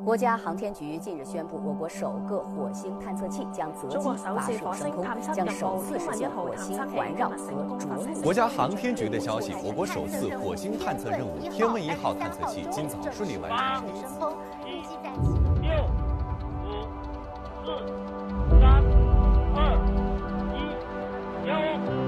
国家航天局近日宣布，我国首个火星探测器将择机发射升空，将首次实现火星环绕和着陆。 国家航天局的消息，我国首次火星探测任务“天问1号”探测器今早顺利完成。 升空，预计在 6、5、4、3、2、1、0。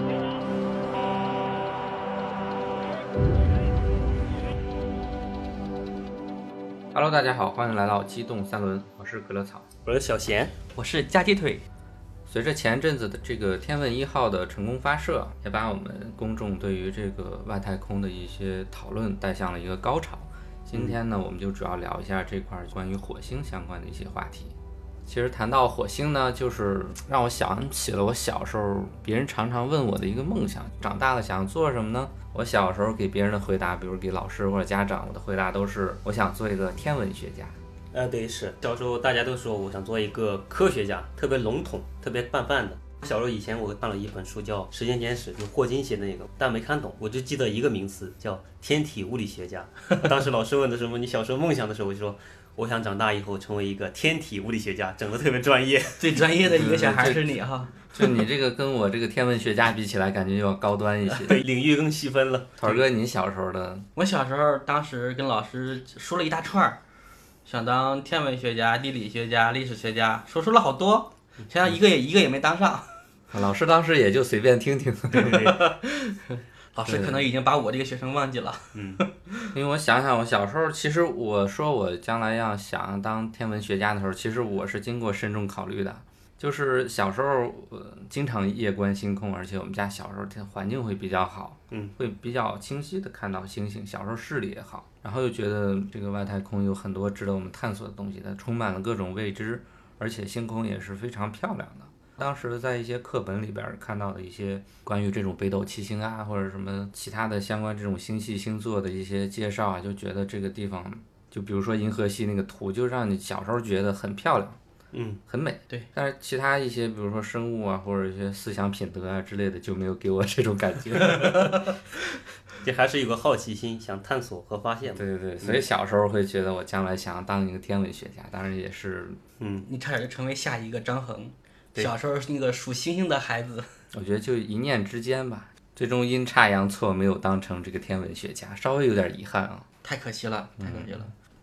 Hello， 大家好，欢迎来到机动三轮，我是格勒草， 我是小贤， 我是夹鸡腿。 随着前阵子的这个天问1号的成功发射，也把我们公众对于这个外太空的一些讨论带向了一个高潮。今天呢，我们就主要聊一下这块关于火星相关的一些话题。其实谈到火星呢，就是让我想起了我小时候别人常常问我的一个梦想，长大了想做什么呢？我小时候给别人的回答，比如给老师或者家长，我的回答都是我想做一个天文学家。 对，是小时候大家都说我想做一个科学家，特别笼统，特别泛泛的。小时候以前我看了一本书叫《时间简史》，就霍金写的那个，但没看懂，我就记得一个名词叫天体物理学家。当时老师问的什么你小时候梦想的时候，我就说我想长大以后成为一个天体物理学家，整个特别专业。 最专业的一个小孩是你哈。 就你这个跟我这个天文学家比起来，感觉要高端一些。 对，领域更细分了。 头儿哥，你小时候的？ 我小时候当时跟老师说了一大串，想当天文学家、地理学家、历史学家，说了好多，现在一个也没当上。 老师当时也就随便听听。 老师可能已经把我这个学生忘记了。 因为我想想，我小时候其实我说我将来想当天文学家的时候，其实我是经过慎重考虑的。就是小时候经常夜观星空，而且我们家小时候环境会比较好，会比较清晰的看到星星，小时候视力也好，然后又觉得这个外太空有很多值得我们探索的东西，它充满了各种未知，而且星空也是非常漂亮的。当时在一些课本里边看到的一些关于这种北斗七星啊，或者什么其他的相关这种星系星座的一些介绍啊，就觉得这个地方，就比如说银河系那个图，就让你小时候觉得很漂亮，很美。 对， 但是其他一些比如说生物啊，或者一些思想品德啊之类的，就没有给我这种感觉。 这还是有个好奇心，想探索和发现嘛。 对对对，所以小时候会觉得我将来想当一个天文学家，当然也是， 你差点就成为下一个张衡。小时候那个数星星的孩子， 我觉得就一念之间吧，最终阴差阳错没有当成这个天文学家，稍微有点遗憾啊， 太可惜了，太可惜了。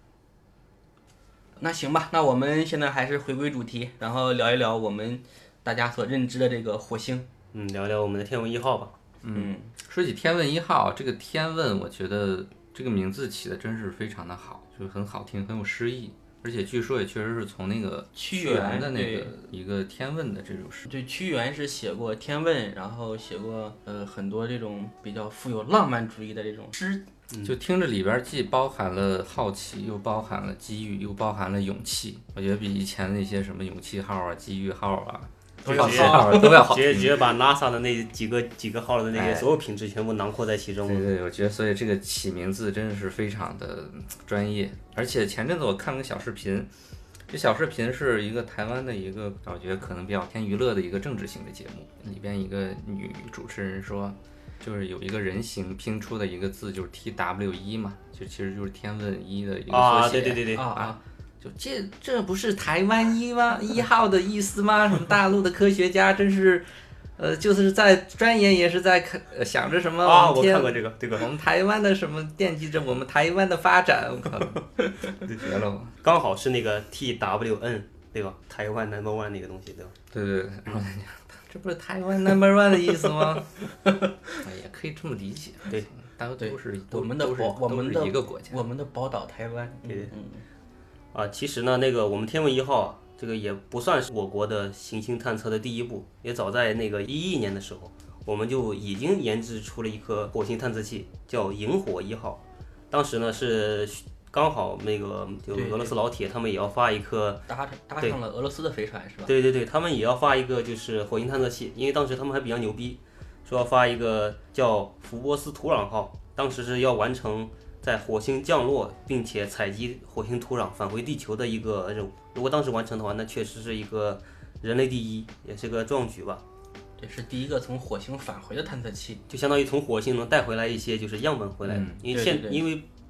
那行吧，那我们现在还是回归主题，然后聊一聊我们大家所认知的这个火星。 聊聊我们的天问1号吧。 说起天问1号，这个天问，我觉得这个名字起的真是非常的好，就是很好听，很有诗意。而且据说也确实是从那个屈原的那个一个天问的这种诗。 对，屈原是写过天问，然后写过很多这种比较富有浪漫主义的这种诗。 就听着里边既包含了好奇，又包含了机遇，又包含了勇气。我觉得比以前那些什么勇气号啊、机遇号啊、好奇号都要好听。 直接把 NASA 的那几个号的那些所有品质全部囊括在其中。 对对，我觉得所以这个起名字真的是非常的专业。而且前阵子我看了个小视频，这小视频是一个台湾的一个我觉得可能比较偏娱乐的一个政治性的节目，里边一个女主持人说，就是有一个人形拼出的一个字，就是 TW1 嘛，就其实就是天问1的一个缩写。 对就这不是台湾1号的意思吗？什么大陆的科学家真是，就是在钻研，也是在想着什么我看过这个， 我们台湾的什么惦记着我们台湾的发展，我靠，就绝了。 刚好是那个 TWN 对吧？台湾 No.1 那个东西对吧？ 对，然后这不是台湾 No.1 的意思吗？也可以这么理解。 对， 都是我们的一个国家， 我们的宝岛台湾。 对。其实呢，那个我们天问1号这个也不算是我国的行星探测的第一步，也早在那个11年的时候，我们就已经研制出了一颗火星探测器，叫萤火1号。当时呢是刚好那个就俄罗斯老铁他们也要发一颗搭上了俄罗斯的飞船是吧？ 对，他们也要发一个就是火星探测器，因为当时他们还比较牛逼，说要发一个叫福波斯土壤号，当时是要完成在火星降落，并且采集火星土壤返回地球的一个任务。如果当时完成的话，那确实是一个人类第一，也是个壮举吧。 这是第一个从火星返回的探测器， 就相当于从火星能带回来一些就是样本回来。因为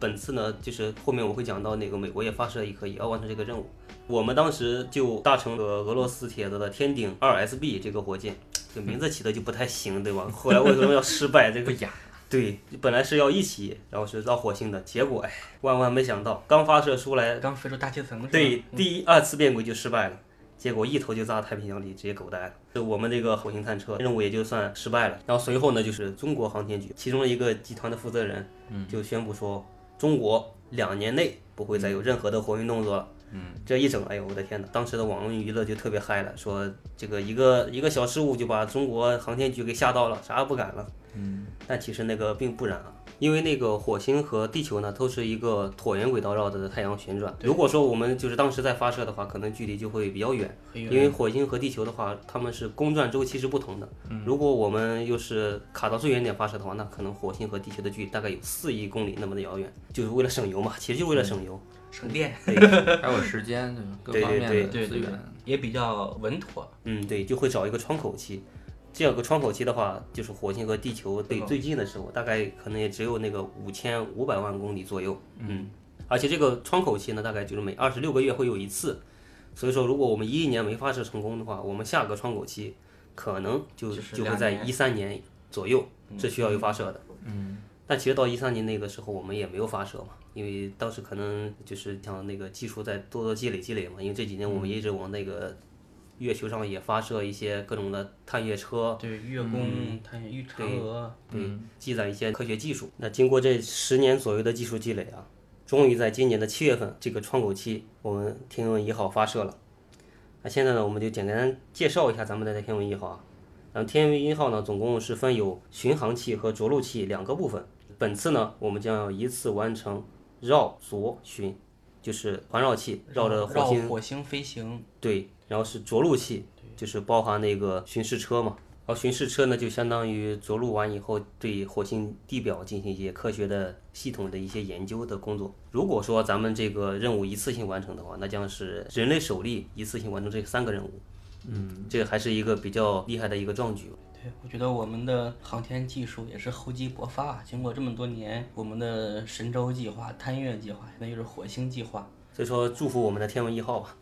本次呢，就是后面我们会讲到那个美国也发射一颗，也要完成这个任务。我们当时就搭乘了俄罗斯铁道的天顶 2SB 这个火箭，这个名字起的就不太行，对吧？后来为什么要失败？这个不雅。 对，本来是要一起，然后是到火星的，结果万万没想到，刚发射出来， 刚飞出大气层是吧？ 对，2次变轨就失败了，结果一头就扎太平洋里，直接狗带了。我们这个火星探测任务也就算失败了。然后随后呢，就是中国航天局其中的一个集团的负责人，就宣布说，中国2年内不会再有任何的火星动作了。这一整，哎呦我的天哪！当时的网络娱乐就特别嗨了，说这个一个小失误就把中国航天局给吓到了，啥也不敢了。但其实那个并不然啊，因为那个火星和地球呢都是一个椭圆轨道绕着太阳旋转。如果说我们就是当时在发射的话，可能距离就会比较远，因为火星和地球的话，它们是公转周期是不同的。如果我们又是卡到最远点发射的话，那可能火星和地球的距离大概有4亿公里那么的遥远，就是为了省油嘛，其实就是为了省油。 省电， 还有时间，各方面的资源也比较稳妥。 对，就会找一个窗口期。这样个窗口期的话，就是火星和地球最近的时候，大概可能也只有那个5500万公里左右。而且这个窗口期呢，大概就是每26个月会有一次。所以说，如果我们11年没发射成功的话，我们下个窗口期可能就会在13年左右是需要有发射的。但其实到13年那个时候，我们也没有发射嘛，因为当时可能就是像那个技术在多积累嘛，因为这几年我们也一直往那个月球上也发射一些各种的探月车， 对，月宫、探月嫦娥， 对，积攒一些科学技术。那经过这10年左右的技术积累啊，终于在今年的7月份这个窗口期，我们天文1号发射了。那现在呢，我们就简单介绍一下咱们的天文1号啊。天文1号呢，总共是分有巡航器和着陆器2个部分。本次呢，我们将要一次完成绕着巡，就是环绕器绕着火星飞行。 对，然后是着陆器，就是包含那个巡视车嘛。然后巡视车呢，就相当于着陆完以后，对火星地表进行一些科学的系统的一些研究的工作。如果说咱们这个任务一次性完成的话，那将是人类首例一次性完成这3个任务。这个还是一个比较厉害的一个壮举。 对，我觉得我们的航天技术也是厚积薄发，经过这么多年，我们的神舟计划、探月计划，现在又是火星计划。 所以说，祝福我们的天文1号吧。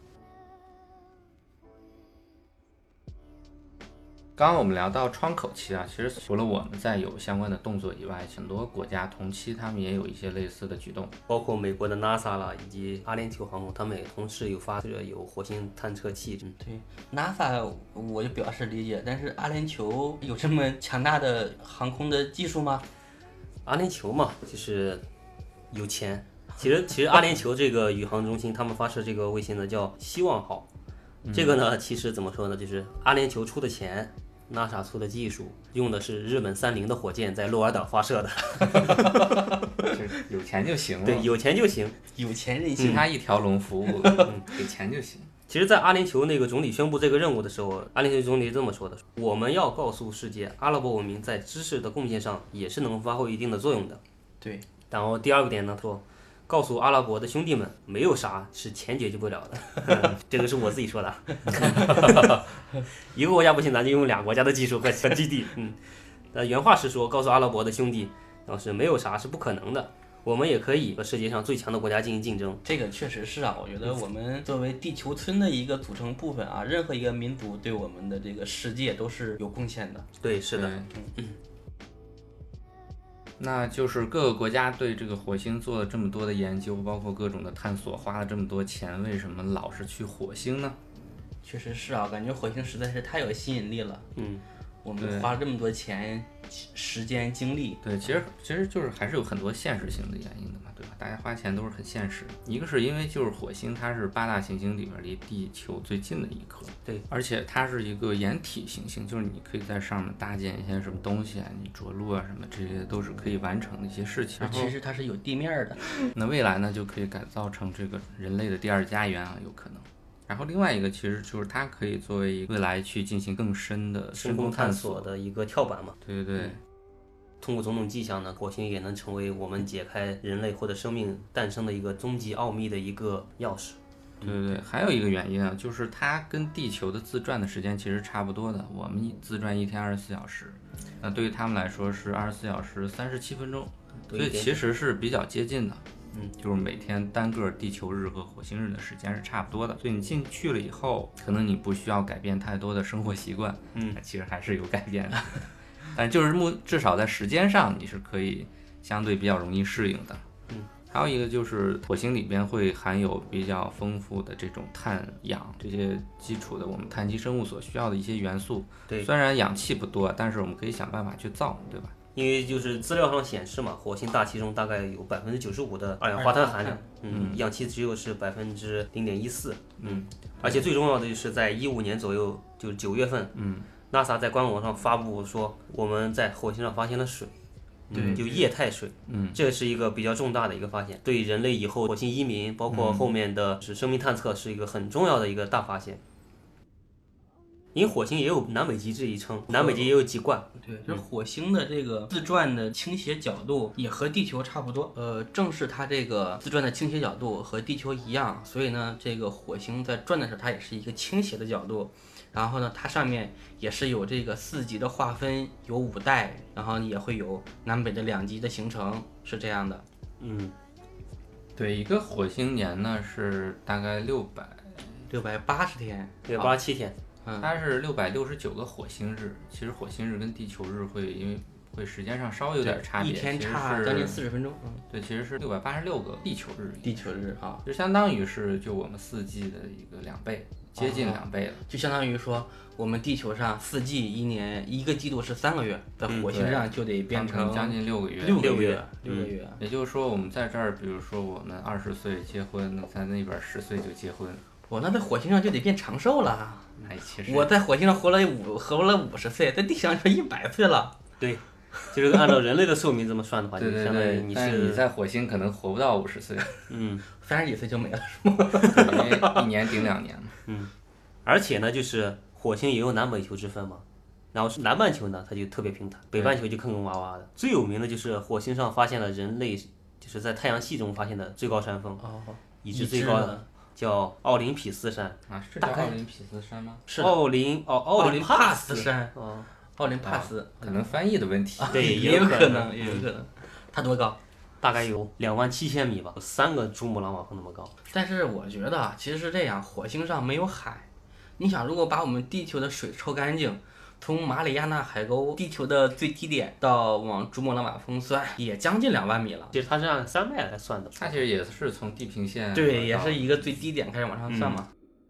刚刚我们聊到窗口期啊，其实除了我们在有相关的动作以外，很多国家同期他们也有一些类似的举动， 包括美国的 NASA 啦，以及阿联酋航空，他们也同时有发射有火星探测器。 对 NASA 我就表示理解，但是阿联酋有这么强大的航空的技术吗？ 阿联酋嘛，就是有钱。其实阿联酋这个宇航中心，他们发射这个卫星呢叫希望号。这个呢，其实怎么说呢，就是阿联酋出的钱，NASA 出的技术，用的是日本30的火箭在鹿儿岛发射的。 有钱就行了。 对，有钱就行， 有钱任性， 其他一条龙服务，给钱就行。 其实，在阿联酋那个总理宣布这个任务的时候，阿联酋总理这么说的：我们要告诉世界，阿拉伯文明在知识的贡献上也是能发挥一定的作用的。 对。 然后第2个点呢，说告诉阿拉伯的兄弟们，没有啥是钱解决不了的。这个是我自己说的。一个国家不行，咱就用2个国家的技术和基地。原话是说，告诉阿拉伯的兄弟，然后是没有啥是不可能的。我们也可以和世界上最强的国家进行竞争。 这个确实是啊，我觉得我们作为地球村的一个组成部分啊，任何一个民族对我们的这个世界都是有贡献的。 对，是的。 那就是各个国家对这个火星做了这么多的研究，包括各种的探索，花了这么多钱，为什么老是去火星呢？ 确实是啊，感觉火星实在是太有吸引力了。我们花了这么多钱、时间、精力。 对，其实就是还是有很多现实性的原因的嘛，对吧？大家花钱都是很现实。一个是因为就是火星它是8大行星里面离地球最近的一颗， 对， 而且它是一个掩体行星，就是你可以在上面搭建一些什么东西啊，你着陆啊什么，这些都是可以完成的一些事情。 其实它是有地面的。 那未来呢，就可以改造成这个人类的第2家园啊，有可能。然后另外一个其实就是它可以作为未来去进行更深的深空探索的一个跳板嘛。 对对对。 通过种种迹象呢，火星也能成为我们解开人类或者生命诞生的一个终极奥秘的一个钥匙。 对对对，还有一个原因啊，就是它跟地球的自转的时间其实差不多的。我们自转1天24小时，那对于他们来说是24小时37分钟，所以其实是比较接近的。 就是每天单个地球日和火星日的时间是差不多的，所以你进去了以后，可能你不需要改变太多的生活习惯，其实还是有改变的，但就是至少在时间上你是可以相对比较容易适应的。还有一个就是火星里边会含有比较丰富的这种碳、氧这些基础的我们碳基生物所需要的一些元素。 对， 虽然氧气不多，但是我们可以想办法去造，对吧？ 因为就是资料上显示嘛，火星大气中大概有95%的二氧化碳含量，氧气只有是0.14%，而且最重要的就是在15年左右，就是9月份，NASA 在官网上发布说我们在火星上发现了水。 对， 就液态水，这是一个比较重大的一个发现，对人类以后火星移民，包括后面的是生命探测，是一个很重要的一个大发现。因为火星也有南北极这一称，南北极也有极冠。 对，就是火星的这个自转的倾斜角度也和地球差不多。正是它这个自转的倾斜角度和地球一样，所以呢，这个火星在转的时候，它也是一个倾斜的角度。然后呢，它上面也是有这个4极的划分，有5带，然后也会有南北的2极的形成，是这样的。 对，一个火星年呢是大概 680天 ，687天， 它是669个火星日。其实火星日跟地球日会时间上稍微有点差别， 一天差将近40分钟。 对，其实是686个地球日。 地球日啊， 就相当于是就我们4季的一个2倍。接近2倍了， 就相当于说，我们地球上4季一年1个季度是3个月，在火星上就得变成将近6个月。 6个月。 也就是说，我们在这儿，比如说我们20岁结婚，那在那边10岁就结婚， 那在火星上就得变长寿了。 其实我在火星上活了50岁，在地上就100岁了。 对，就是按照人类的寿命这么算的话，就相当于但是你在火星可能活不到50岁 ，30几岁就没了，是吗？ 因为1年顶2年嘛。 而且呢，就是火星也有南北球之分嘛，然后是南半球呢，它就特别平坦，北半球就坑坑洼洼的。最有名的就是火星上发现了人类就是在太阳系中发现的最高山峰，已知最高的叫奥林匹斯山啊，是叫奥林匹斯山吗？ 是奥林帕斯山，奥林帕斯， 可能翻译的问题， 对， 也有可能，也有可能。它多高？ 大概有27000米吧，3个珠穆朗玛峰那么高。 但是我觉得其实是这样，火星上没有海。你想，如果把我们地球的水抽干净，从马里亚纳海沟地球的最低点到往珠穆朗玛峰算，也将近2万米了。 其实它是按山脉来算的。 它其实也是从地平线， 对，也是一个最低点开始往上算嘛。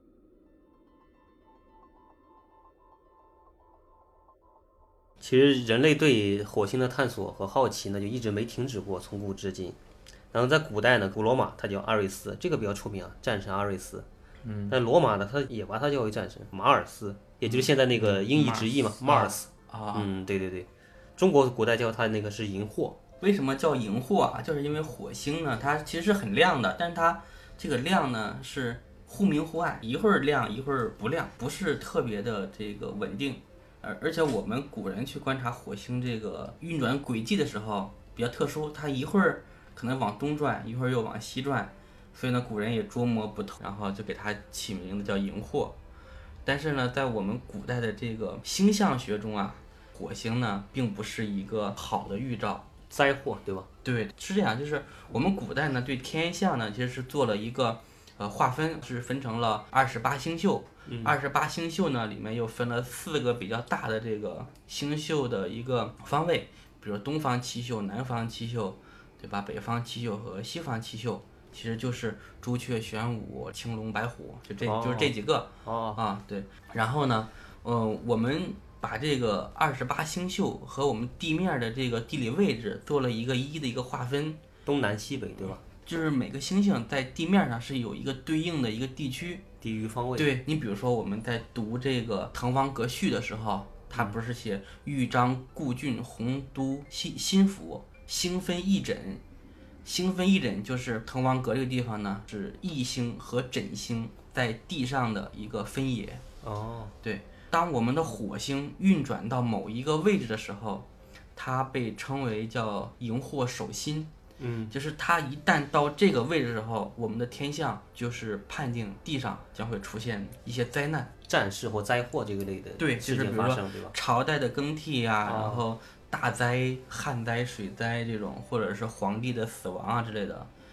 其实人类对火星的探索和好奇呢，就一直没停止过，从古至今。然后在古代呢，古罗马它叫阿瑞斯，这个比较出名啊，战神阿瑞斯。但罗马呢，他也把它叫为战神马尔斯，也就是现在那个音译直译嘛，Mars。对对对，中国古代叫它那个是荧惑。 为什么叫荧惑啊？就是因为火星呢，它其实是很亮的，但是它这个亮呢是忽明忽暗，一会儿亮一会儿不亮，不是特别的这个稳定。而且我们古人去观察火星这个运转轨迹的时候比较特殊，它一会儿可能往东转，一会儿又往西转。所以呢，古人也捉摸不透，然后就给它起名字叫荧惑。但是呢，在我们古代的这个星象学中啊，火星呢并不是一个好的预兆， 灾祸，对吧？ 对，是这样，就是我们古代呢对天象呢其实是做了一个划分，是分成了28星宿。28星宿呢里面又分了4个比较大的这个星宿的一个方位，比如东方七宿、南方七宿，对吧？北方七宿和西方七宿。其实就是朱雀、玄武、青龙、白虎，就是这几个对。然后呢，我们把这个28星宿和我们地面的这个地理位置做了一个一的一个划分， 东南西北，对吧？ 就是每个星星在地面上是有一个对应的一个地区地域方位。 对，你比如说我们在读这个滕王阁序的时候，它不是写豫章、固郡、洪都、新府，星分翼轸。星分翼轸就是滕王阁这个地方呢，是翼星和轸星在地上的一个分野。对，当我们的火星运转到某一个位置的时候，它被称为叫荧惑守心。就是它一旦到这个位置的时候，我们的天象就是判定地上将会出现一些灾难、 战事或灾祸这个类的事件发生，对吧？ 朝代的更替啊，然后大灾、旱灾、水灾这种，或者是皇帝的死亡啊之类的，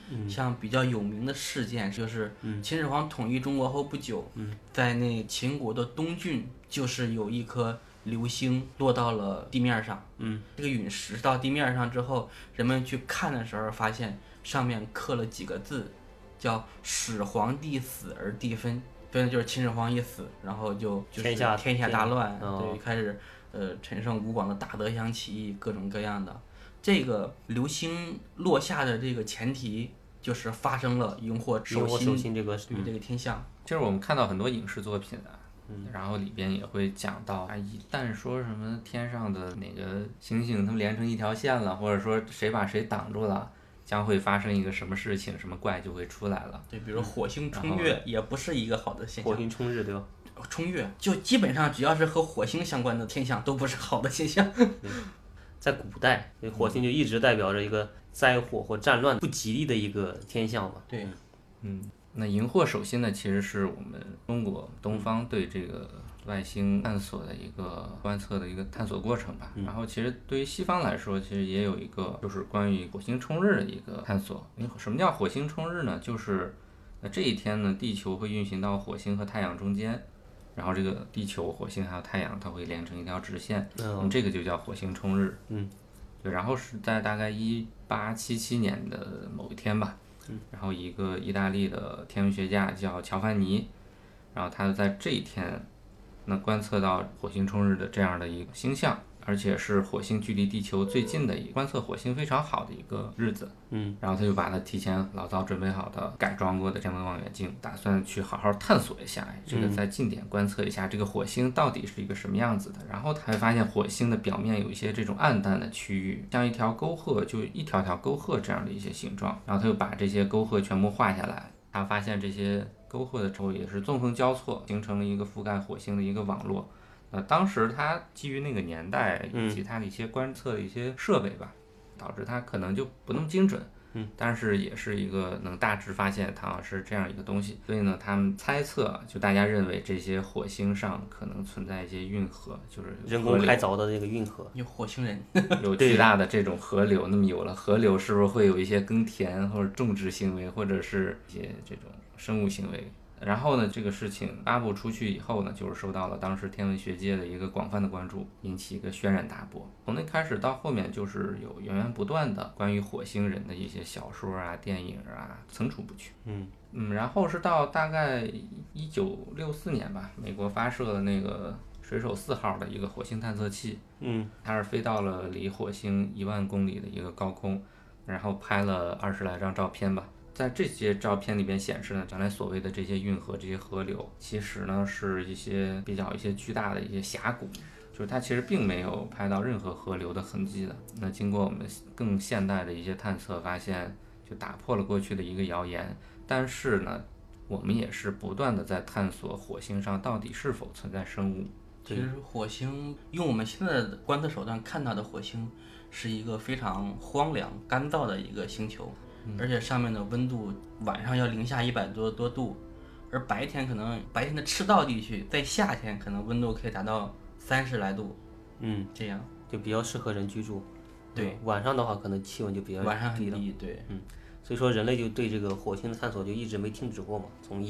像比较有名的事件就是秦始皇统一中国后不久，在那秦国的东郡，就是有一颗流星落到了地面上。这个陨石到地面上之后，人们去看的时候，发现上面刻了几个字，叫“始皇帝死而地分”。对，就是秦始皇一死，然后就是天下大乱，对，开始陈胜吴广的大德乡起义，各种各样的。这个流星落下的这个前提就是发生了荧惑守心这个天象。 其实我们看到很多影视作品啊，然后里边也会讲到啊，一旦说什么天上的哪个星星它们连成一条线了，或者说谁把谁挡住了，将会发生一个什么事情，什么怪就会出来了。 对，比如火星冲月也不是一个好的现象。 火星冲日，对吧？ 冲月就基本上只要是和火星相关的天象都不是好的现象。 在古代，火星就一直代表着一个灾祸或战乱不吉利的一个天象嘛。 对， 那荧惑守心呢，其实是我们中国东方对这个外星探索的一个观测的一个探索过程吧。然后其实对于西方来说，其实也有一个就是关于火星冲日的一个探索。什么叫火星冲日呢？就是这一天呢，地球会运行到火星和太阳中间。然后这个地球、火星还有太阳，它会连成一条直线，这个就叫火星冲日。对，然后是在大概1877年的某一天吧，然后一个意大利的天文学家叫乔凡尼，然后他在这一天，观测到火星冲日的这样的一个星象，而且是火星距离地球最近的观测火星非常好的一个日子。然后他就把它提前老早准备好的改装过的天文望远镜，打算去好好探索一下，这个在近点观测一下这个火星到底是一个什么样子的。然后他会发现火星的表面有一些这种暗淡的区域，像一条沟壑，就一条条沟壑这样的一些形状。然后他就把这些沟壑全部画下来，他发现这些沟壑的时候也是纵横交错，形成了一个覆盖火星的一个网络。当时他基于那个年代以及他的一些观测的一些设备吧，导致他可能就不那么精准，但是也是一个能大致发现它是这样一个东西。所以呢，他们猜测，就大家认为这些火星上可能存在一些运河，就是人工开凿的那个运河， 有火星人， 有巨大的这种河流。那么有了河流，是不是会有一些耕田或者种植行为，或者是一些这种生物行为？然后呢，这个事情发布出去以后呢，就是受到了当时天文学界的一个广泛的关注，引起一个轩然大波。从那开始到后面，就是有源源不断的关于火星人的一些小说啊、电影啊，层出不穷。然后是到大概1964年吧，美国发射了那个水手4号的一个火星探测器，它是飞到了离火星1万公里的一个高空，然后拍了20来张照片吧。在这些照片里边显示呢，将来所谓的这些运河、这些河流，其实呢是一些巨大的一些峡谷，就是它其实并没有拍到任何河流的痕迹的。那经过我们更现代的一些探测，发现就打破了过去的一个谣言。但是呢，我们也是不断的在探索火星上到底是否存在生物。 其实火星用我们现在的观测手段看到的火星，是一个非常荒凉、干燥的一个星球。而且上面的温度晚上要零下100多度，而白天的赤道地区在夏天可能温度可以达到30来度，这样就比较适合人居住。 对， 晚上的话可能气温就比较晚上很低了。 对， 所以说人类就对这个火星的探索就一直没停止过嘛。从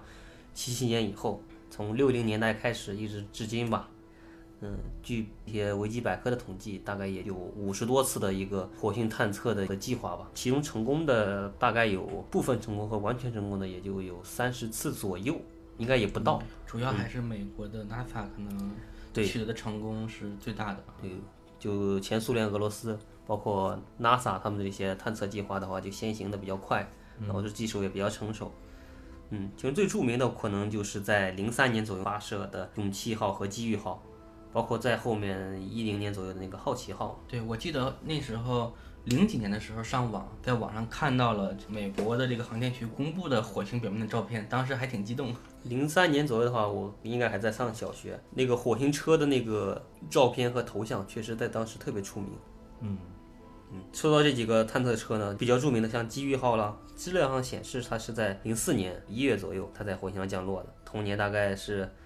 1877年以后，从60年代开始一直至今吧。据一些维基百科的统计，大概也有50多次的一个火星探测的计划吧，其中成功的大概有部分成功和完全成功的也就有30次左右，应该也不到。 主要还是美国的 NASA 可能取得的成功是最大的。 对，就前苏联、俄罗斯，包括 NASA 他们的这些探测计划的话，就先行的比较快，然后这技术也比较成熟。其实最著名的可能就是在03年左右发射的勇气号和机遇号。包括在后面10年左右的那个好奇号。 对，我记得那时候00几年的时候在网上看到了美国的这个航天局公布的火星表面的照片，当时还挺激动。 03年左右的话，我应该还在上小学，那个火星车的那个照片和头像确实在当时特别出名。说到这几个探测车呢，比较著名的像机遇号啦，资料上显示它是在04年1月左右它在火星上降落的，同年大概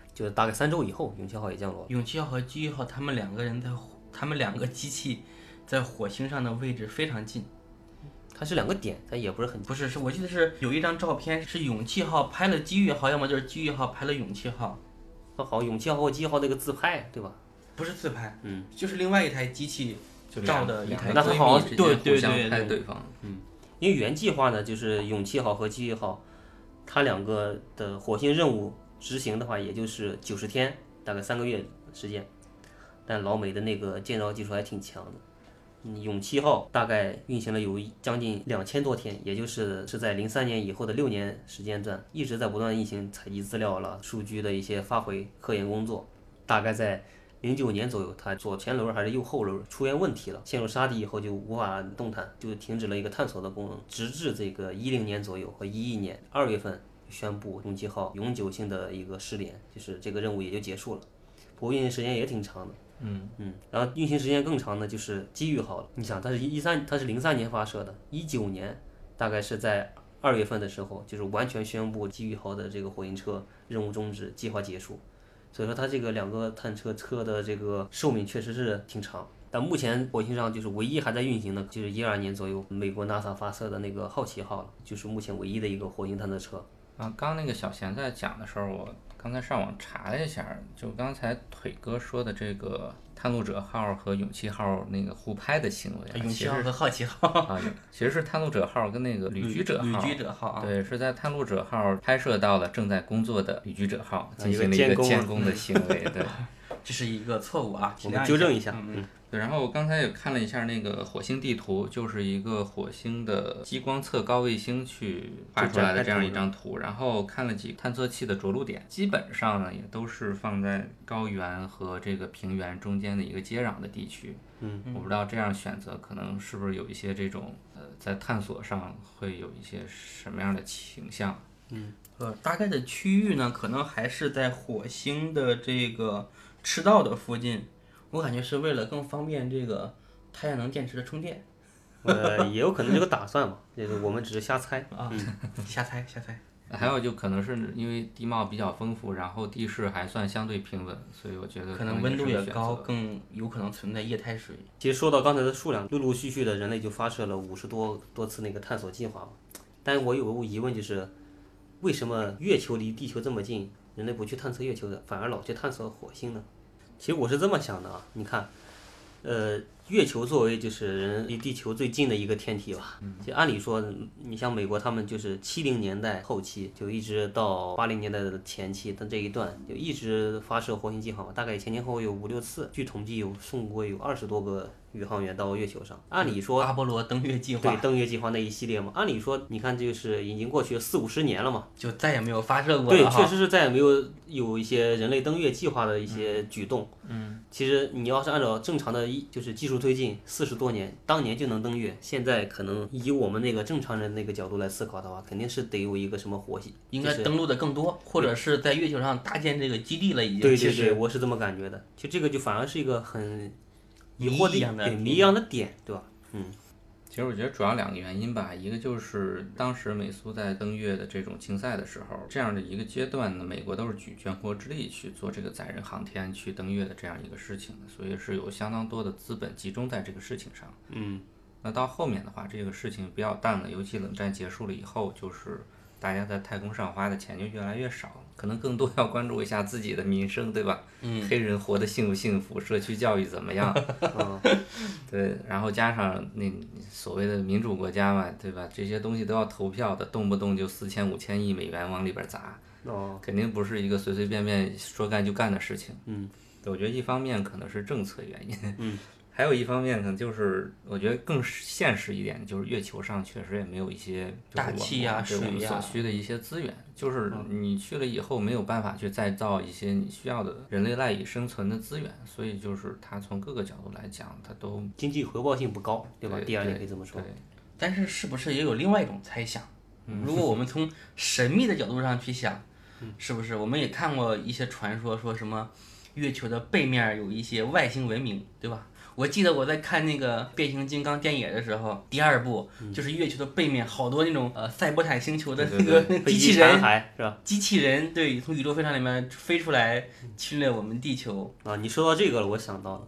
3周以后，勇气号也降落了。 勇气号和机遇号，他们两个机器在火星上的位置非常近。 它是2个点，它也不是很不是，我记得是有一张照片是勇气号拍了机遇号，要么就是机遇号拍了勇气号。 好，勇气号和机遇号那个自拍，对吧？ 不是自拍，就是另外一台机器照的一台。 那它好像对拍对方。 因为原计划呢，就是勇气号和机遇号，它2个的火星任务执行的话，也就是90天，大概3个月时间。但老美的那个建造技术还挺强的，勇气号大概运行了有将近2000多天，也就是在03年以后的6年时间段，一直在不断进行采集资料了、数据的一些发回科研工作。大概在09年左右，它左前轮还是右后轮出现问题了，陷入沙地以后就无法动弹，就停止了一个探索的功能，直至这个10年左右和11年2月份宣布勇气号永久性的一个失联，就是这个任务也就结束了。不过运行时间也挺长的。然后运行时间更长的就是机遇号了。你想，它是03年发射的，19年大概是在2月份的时候，就是完全宣布机遇号的这个火星车任务终止，计划结束。所以说它这个2个探测车的这个寿命确实是挺长。但目前火星上就是唯一还在运行的，就是12年左右美国 NASA 发射的那个好奇号了，就是目前唯一的一个火星探测车。 刚那个小贤在讲的时候，我刚才上网查了一下，就刚才腿哥说的这个探路者号和勇气号那个互拍的行为， 勇气号和好奇号其实是探路者号跟那个旅居者号，对，是在探路者号拍摄到了正在工作的旅居者号，进行了一个监工的行为，对， 这是一个错误啊， 我们纠正一下。 对，然后我刚才也看了一下那个火星地图，就是一个火星的激光测高卫星去画出来的这样一张图，然后看了几个探测器的着陆点，基本上呢也都是放在高原和这个平原中间的一个接壤的地区。我不知道这样选择可能是不是有一些这种在探索上会有一些什么样的倾向。 大概的区域呢，可能还是在火星的这个赤道的附近。我感觉是为了更方便这个太阳能电池的充电。 也有可能这个打算嘛，就是我们只是瞎猜啊，瞎猜。 还有就可能是因为地貌比较丰富，然后地势还算相对平稳，所以我觉得可能温度也高，更有可能存在液态水。 其实说到刚才的数量，陆陆续续的人类就发射了50多次那个探索计划嘛。但我有个疑问就是，为什么月球离地球这么近，人类不去探测月球的，反而老去探索火星呢？其实我是这么想的啊，你看，月球作为就是人离地球最近的一个天体吧，就按理说，你像美国他们就是70年代后期就一直到80年代的前期的这一段，就一直发射火星计划嘛，大概前后有5、6次，据统计有送过有20多个宇航员到月球上。按理说阿波罗登月计划， 对，登月计划那一系列嘛，按理说你看就是已经过去40、50年了嘛， 就再也没有发射过了。 对，确实是再也没有一些人类登月计划的一些举动。其实你要是按照正常的就是技术推进，40多年，当年就能登月。现在可能以我们那个正常人那个角度来思考的话，肯定是得有一个什么火星， 应该登陆的更多，或者是在月球上搭建这个基地了已经。 对，我是这么感觉的。就这个就反而是一个很疑惑的谜一样的点，对吧？ 其实我觉得主要2个原因吧，一个就是当时美苏在登月的这种竞赛的时候，这样的一个阶段呢，美国都是举全国之力去做这个载人航天去登月的这样一个事情，所以是有相当多的资本集中在这个事情上。那到后面的话，这个事情比较淡了，尤其冷战结束了以后，就是大家在太空上花的钱就越来越少了，可能更多要关注一下自己的民生，对吧？黑人活得幸不幸福，社区教育怎么样？对，然后加上那所谓的民主国家嘛，对吧？这些东西都要投票的，动不动就4000、5000亿美元往里边砸，肯定不是一个随随便便说干就干的事情。我觉得一方面可能是政策原因，还有一方面呢，就是我觉得更现实一点，就是月球上确实也没有一些大气啊、水我们所需的一些资源，就是你去了以后没有办法去再造一些你需要的人类赖以生存的资源，所以就是它从各个角度来讲，它都经济回报性不高，对吧？第二点可以这么说。 但是是不是也有另外一种猜想？如果我们从神秘的角度上去想，是不是我们也看过一些传说，说什么月球的背面有一些外星文明，对吧？我记得我在看那个变形金刚电影的时候，第2部就是月球的背面好多那种赛博坦星球的那个机器人， 是吧？ 机器人对，从宇宙飞船里面飞出来侵略我们地球啊！你说到这个了，我想到了，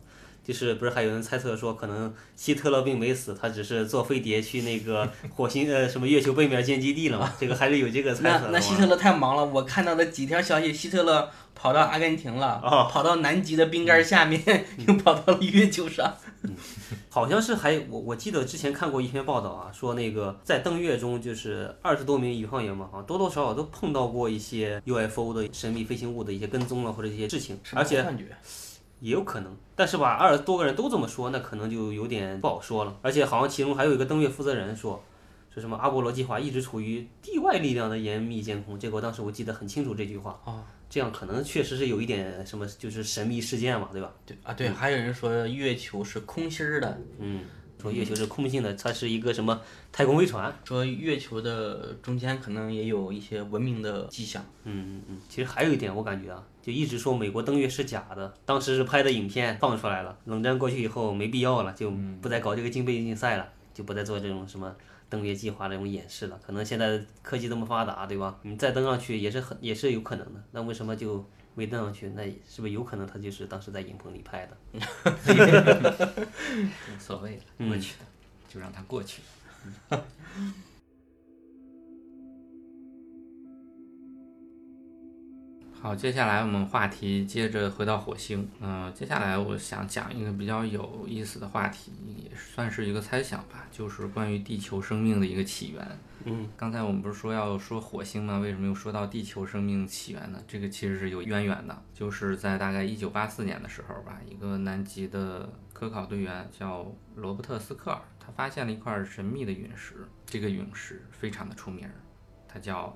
就是不是还有人猜测说，可能希特勒并没死，他只是坐飞碟去那个火星什么月球背面建基地了嘛？这个还是有这个猜测的。 那希特勒太忙了，我看到的几条消息，希特勒跑到阿根廷了，跑到南极的冰盖下面，又跑到了月球上。 好像是我记得之前看过一篇报道啊，说那个在登月中就是20多名宇航员嘛，好像多多少少都碰到过一些 UFO 的神秘飞行物的一些跟踪了或者一些事情，而且幻觉也有可能，但是吧，20多个人都这么说，那可能就有点不好说了。而且好像其中还有一个登月负责人说什么阿波罗计划一直处于地外力量的严密监控，结果当时我记得很清楚这句话。这样可能确实是有一点什么，就是神秘事件嘛，对吧？ 对，还有人说月球是空心儿的， 说月球是空心的，它是一个什么太空飞船， 说月球的中间可能也有一些文明的迹象。 其实还有一点我感觉啊，就一直说美国登月是假的，当时是拍的影片放出来了，冷战过去以后没必要了，就不再搞这个金杯竞赛了，就不再做这种什么登月计划这种演示了。可能现在科技这么发达，对吧？你再登上去也是有可能的。那为什么就没登上去？那是不是有可能他就是当时在影棚里拍的？ 无所谓了，过去的就让它过去。好，接下来我们话题接着回到火星。接下来我想讲一个比较有意思的话题，也算是一个猜想吧，就是关于地球生命的一个起源。刚才我们不是说要说火星吗？为什么又说到地球生命起源呢？这个其实是有渊源的，就是在大概1984年的时候吧，一个南极的科考队员叫罗伯特斯科尔，他发现了一块神秘的陨石，这个陨石非常的出名。它叫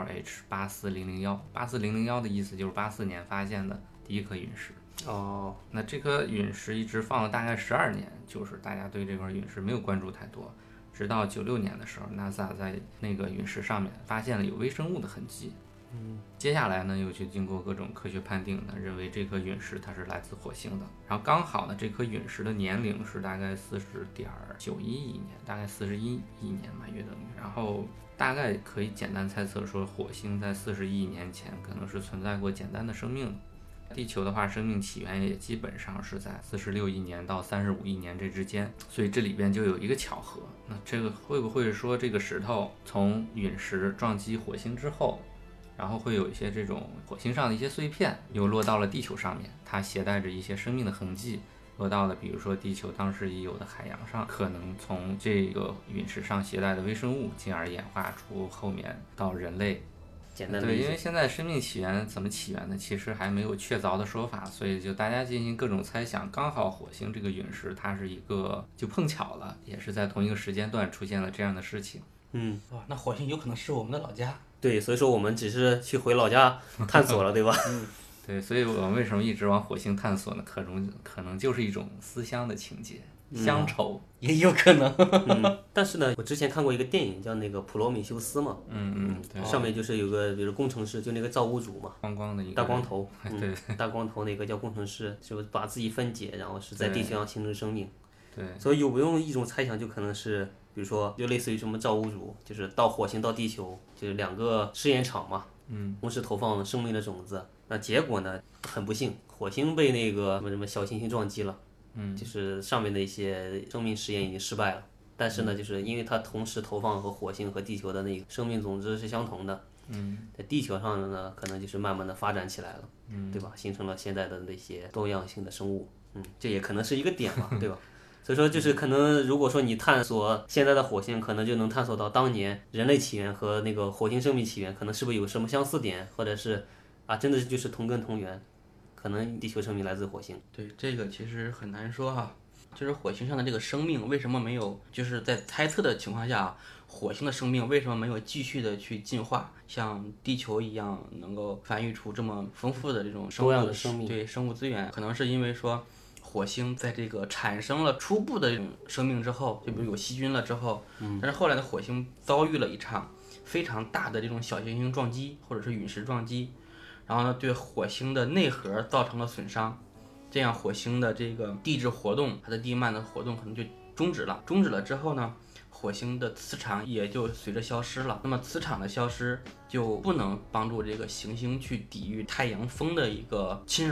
ALH84001，84001的意思就是84年发现的第一颗陨石。那这颗陨石一直放了大概12年，就是大家对这块陨石没有关注太多，直到96年的时候 ，NASA 在那个陨石上面发现了有微生物的痕迹。接下来呢，又去经过各种科学判定呢，认为这颗陨石它是来自火星的。然后刚好呢，这颗陨石的年龄是大概40.91亿年，大概41亿年吧，约等于。然后大概可以简单猜测说，火星在40亿年前可能是存在过简单的生命。地球的话，生命起源也基本上是在46亿年到35亿年这之间，所以这里边就有一个巧合。那这个会不会说这个石头从陨石撞击火星之后，然后会有一些这种火星上的一些碎片又落到了地球上面，它携带着一些生命的痕迹，落到了比如说地球当时已有的海洋上，可能从这个陨石上携带的微生物，进而演化出后面到人类。 简单的对，因为现在生命起源怎么起源的，其实还没有确凿的说法，所以就大家进行各种猜想。刚好火星这个陨石它是一个就碰巧了，也是在同一个时间段出现了这样的事情。 哇，那火星有可能是我们的老家。 对，所以说我们只是去回老家探索了，对吧？ 对，所以我们为什么一直往火星探索呢？可能就是一种思乡的情节，乡愁也有可能。 但是呢，我之前看过一个电影叫那个《普罗米修斯》嘛， 对， 上面就是有个比如工程师，就那个造物主嘛， 光光的一个大光头， 对， 大光头那个叫工程师，是不是把自己分解，然后是在地球上形成生命？ 对， 所以有没有一种猜想，就可能是，比如说，就类似于什么造物主，就是到火星到地球，就是2个试验场嘛，同时投放生命的种子。那结果呢，很不幸，火星被那个什么小行星撞击了，就是上面的一些生命实验已经失败了。但是呢，就是因为它同时投放和火星和地球的那个生命种子是相同的，在地球上呢，可能就是慢慢的发展起来了，对吧？形成了现在的那些多样性的生物，这也可能是一个点嘛，对吧？所以说，就是可能，如果说你探索现在的火星，可能就能探索到当年人类起源和那个火星生命起源，可能是不是有什么相似点，或者是真的就是同根同源，可能地球生命来自火星。 对，这个其实很难说哈，就是火星上的这个生命为什么没有，就是在猜测的情况下，火星的生命为什么没有继续的去进化，像地球一样能够繁育出这么丰富的这种多样的生命？ 对，生物资源，可能是因为说。火星在这个产生了初步的这种生命之后，就比如有细菌了之后，但是后来的火星遭遇了一场非常大的这种小行星撞击或者是陨石撞击，然后呢对火星的内核造成了损伤，这样火星的这个地质活动，它的地幔的活动可能就终止了。终止了之后呢，火星的磁场也就随着消失了。那么磁场的消失就不能帮助这个行星去抵御太阳风的一个侵扰。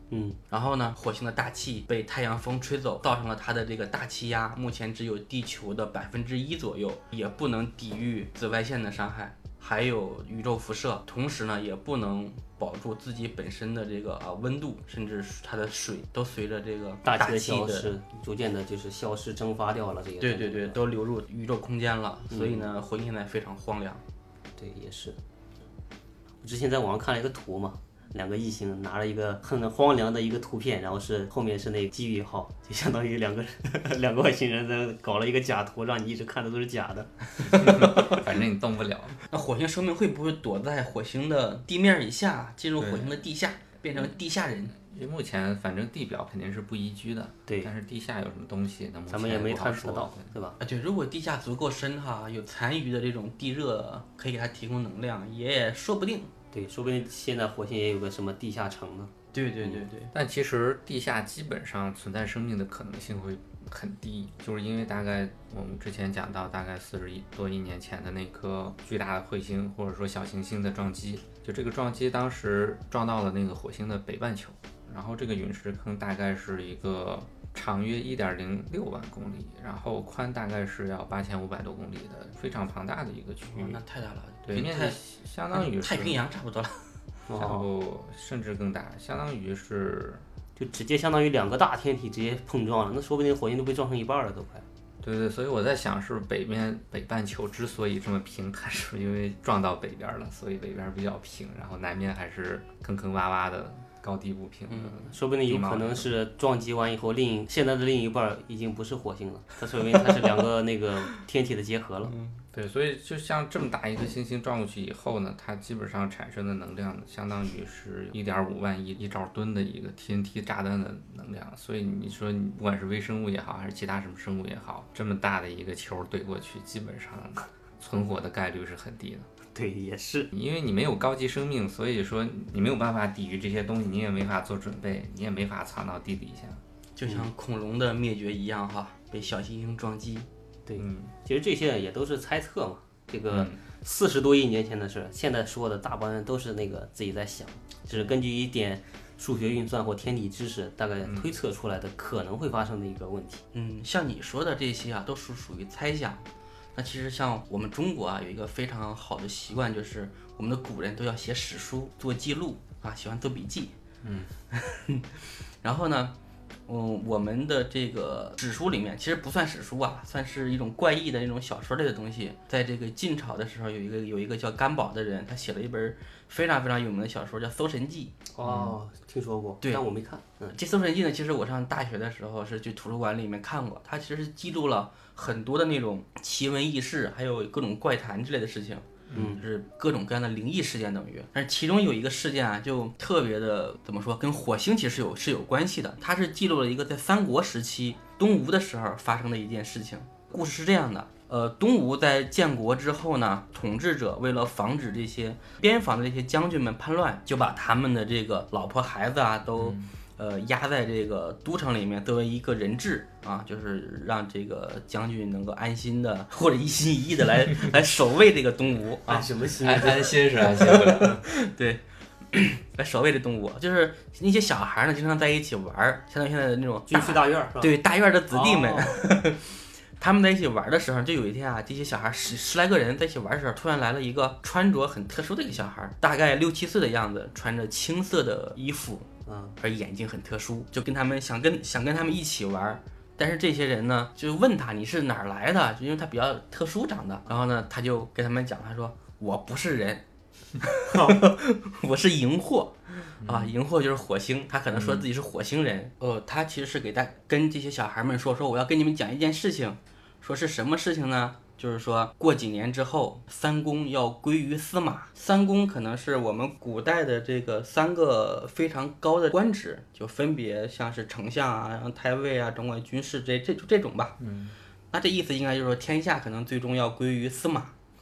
然后呢，火星的大气被太阳风吹走，造成了它的这个大气压目前只有地球的1%左右，也不能抵御紫外线的伤害，还有宇宙辐射，同时呢，也不能保住自己本身的这个温度，甚至它的水都随着这个大气的气消失，逐渐的就是消失蒸发掉了这些。 对，都流入宇宙空间了，所以呢，火星现在非常荒凉。 对，也是。我之前在网上看了一个图嘛，两个异星拿了一个很荒凉的一个图片，然后后面是那个机遇号，就相当于两个外星人在搞了一个假图，让你一直看的都是假的。 反正你动不了。 那火星生命会不会躲在火星的地面以下，进入火星的地下，变成地下人？ 因为目前反正地表肯定是不宜居的， 对。 但是地下有什么东西， 咱们也没探索到，对吧？ 对，如果地下足够深哈，有残余的这种地热可以给它提供能量，也说不定。 对，说不定现在火星也有个什么地下城呢。 对。 但其实地下基本上存在生命的可能性会很低，就是因为大概我们之前讲到，大概40多亿年前的那颗巨大的彗星或者说小行星的撞击，就这个撞击当时撞到了那个火星的北半球，然后这个陨石坑大概是一个长约1.06万公里，然后宽大概是要8500多公里的非常庞大的一个区域。 那太大了， 对，面积相当于太平洋差不多了， 然后甚至更大，相当于是就直接相当于两个大天体直接碰撞了，那说不定火星都被撞成一半了都快。 对，所以我在想，是北半球之所以这么平，它是因为撞到北边了，所以北边比较平，然后南面还是坑坑洼洼的高低不平的。 说不定有可能是撞击完以后，现在的另一半已经不是火星了，它说明它是两个那个天体的结合了。 对，所以就像这么大一个星星撞过去以后呢，它基本上产生的能量相当于是1.5万亿兆吨的一个 TNT 炸弹的能量。所以你说你不管是微生物也好，还是其他什么生物也好，这么大的一个球怼过去，基本上存活的概率是很低的。 对，也是， 因为你没有高级生命，所以说你没有办法抵御这些东西，你也没法做准备，你也没法藏到地底下， 就像恐龙的灭绝一样哈，被小行星撞击。 对，其实这些也都是猜测嘛。这个40多亿年前的事，现在说的大部分都是那个自己在想，只是根据一点数学运算或天体知识大概推测出来的可能会发生的一个问题。 像你说的这些啊，都是属于猜想。那其实像我们中国啊，有一个非常好的习惯，就是我们的古人都要写史书做记录啊，喜欢做笔记。然后呢，我们的这个史书里面其实不算史书啊，算是一种怪异的那种小说类的东西。在这个晋朝的时候，有一个叫甘宝的人，他写了一本非常非常有名的小说，叫《搜神记》。 听说过， 对， 但我没看。 这《搜神记》呢，其实我上大学的时候是去图书馆里面看过，它其实记录了很多的那种奇闻异事，还有各种怪谈之类的事情。就是各种各样的灵异事件等于，但是其中有一个事件啊，就特别的怎么说，跟火星其实是有关系的。它是记录了一个在三国时期东吴的时候发生的一件事情。故事是这样的，东吴在建国之后呢，统治者为了防止这些边防的这些将军们叛乱，就把他们的这个老婆孩子啊都压在这个都城里面，作为一个人质啊，就是让这个将军能够安心的或者一心一意的来守卫这个东吴啊。 安什么心？ 安心是安心不了。 对，来守卫这东吴，就是那些小孩呢，经常在一起玩，相当于现在的那种军区大院是吧？ 对，大院的子弟们。他们在一起玩的时候，就有一天啊，这些小孩十来个人在一起玩的时候，突然来了一个穿着很特殊的一个小孩，大概6、7岁的样子，穿着青色的衣服，而眼睛很特殊，就跟他们想跟他们一起玩。但是这些人呢，就问他你是哪儿来的，就因为他比较特殊长的。然后呢，他就跟他们讲，他说我不是人，我是荧惑啊，荧惑就是火星，他可能说自己是火星人。他其实是跟这些小孩们说我要跟你们讲一件事情，说是什么事情呢？就是说过几年之后，三公要归于司马。三公可能是我们古代的这个3个非常高的官职，就分别像是丞相啊、然后太尉啊、掌管军事这种吧。那这意思应该就是说天下可能最终要归于司马。